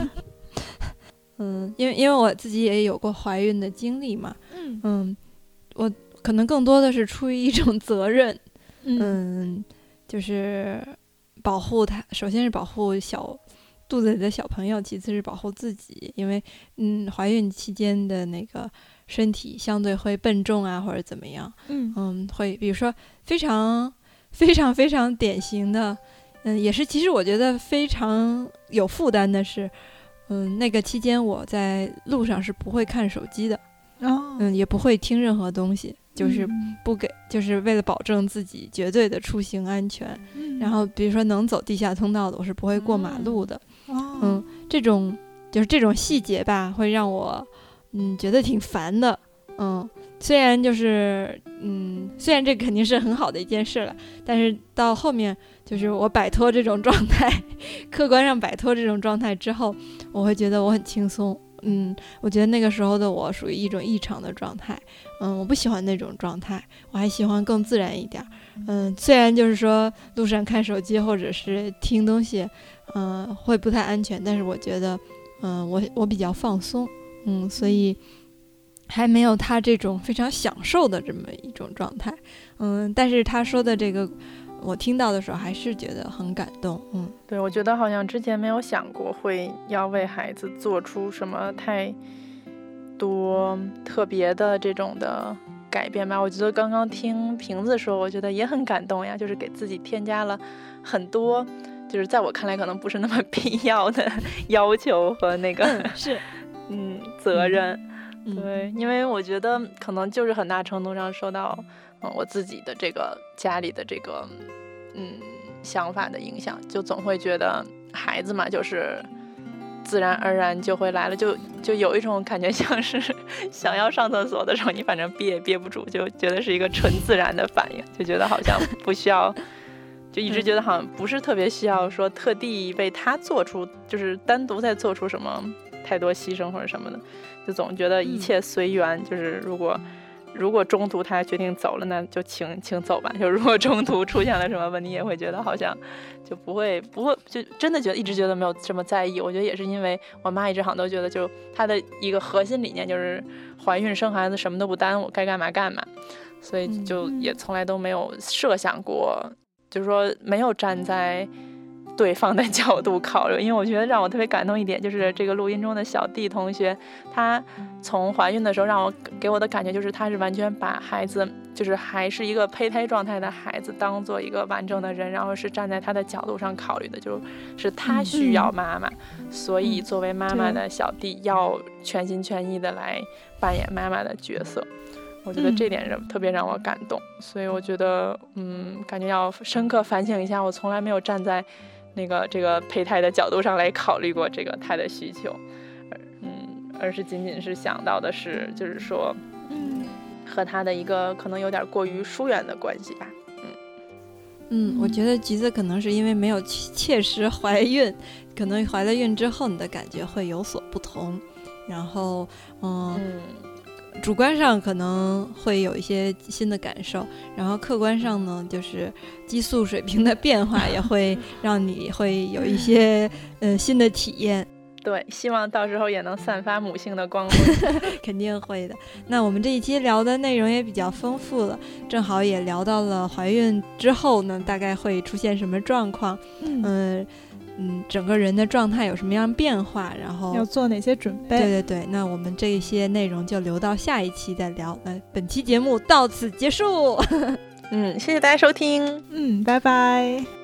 嗯，因为因为我自己也有过怀孕的经历嘛， 嗯嗯，我可能更多的是出于一种责任， 嗯, 嗯，就是保护他，首先是保护小肚子里的小朋友，其次是保护自己，因为嗯，怀孕期间的那个身体相对会笨重啊，或者怎么样， 嗯嗯，会比如说非常非常非常典型的，嗯，也是其实我觉得非常有负担的是。嗯，那个期间我在路上是不会看手机的， 哦， 嗯，也不会听任何东西，就是不给，就是为了保证自己绝对的出行安全。 嗯、 然后比如说能走地下通道的，我是不会过马路的。 哦、 嗯，这种就是这种细节吧，会让我嗯觉得挺烦的。嗯，虽然就是嗯，虽然这肯定是很好的一件事了，但是到后面就是我摆脱这种状态，客观上摆脱这种状态之后，我会觉得我很轻松。嗯，我觉得那个时候的我属于一种异常的状态。嗯，我不喜欢那种状态，我还喜欢更自然一点。嗯，虽然就是说路上看手机或者是听东西，嗯，会不太安全，但是我觉得，嗯，我我比较放松。嗯，所以。还没有他这种非常享受的这么一种状态，嗯，但是他说的这个，我听到的时候还是觉得很感动，嗯， 对，我觉得好像之前没有想过会要为孩子做出什么太多特别的这种的改变吧。我觉得刚刚听瓶子说，我觉得也很感动呀，就是给自己添加了很多，就是在我看来可能不是那么必要的要求和那个、 嗯、是， 嗯，责任。 嗯对，因为我觉得可能就是很大程度上受到，嗯，我自己的这个家里的这个，嗯，想法的影响，就总会觉得孩子嘛，就是自然而然就会来了，就就有一种感觉，像是想要上厕所的时候，你反正憋也憋不住，就觉得是一个纯自然的反应，就觉得好像不需要，就一直觉得好像不是特别需要说特地为他做出，就是单独再做出什么太多牺牲或者什么的。就总觉得一切随缘、嗯、就是如果如果中途他决定走了，那就请请走吧，就如果中途出现了什么问题，也会觉得好像就不会不会就真的觉得一直觉得没有这么在意。我觉得也是因为我妈一直好像都觉得，就她的一个核心理念就是怀孕生孩子什么都不耽误，该干嘛干嘛，所以就也从来都没有设想过、嗯、就是说没有站在对方的角度考虑。因为我觉得让我特别感动一点，就是这个录音中的小弟同学，他从怀孕的时候让我给我的感觉就是他是完全把孩子，就是还是一个胚胎状态的孩子当做一个完整的人，然后是站在他的角度上考虑的，就是他需要妈妈、嗯、所以作为妈妈的小弟要全心全意的来扮演妈妈的角色。我觉得这点特别让我感动、嗯、所以我觉得嗯，感觉要深刻反省一下，我从来没有站在那个这个胚胎的角度上来考虑过这个他的需求，嗯，而是仅仅是想到的是就是说嗯，和他的一个可能有点过于疏远的关系吧。嗯嗯，我觉得橘子可能是因为没有切实怀孕，可能怀了孕之后你的感觉会有所不同，然后 嗯, 嗯主观上可能会有一些新的感受，然后客观上呢，就是激素水平的变化也会让你会有一些呃新的体验。 对，希望到时候也能散发母性的光辉。 肯定会的。那我们这一期聊的内容也比较丰富了，正好也聊到了怀孕之后呢，大概会出现什么状况，嗯、呃嗯，整个人的状态有什么样变化，然后要做哪些准备。 对对对，那我们这些内容就留到下一期再聊。那本期节目到此结束。 嗯，谢谢大家收听。 嗯，拜拜。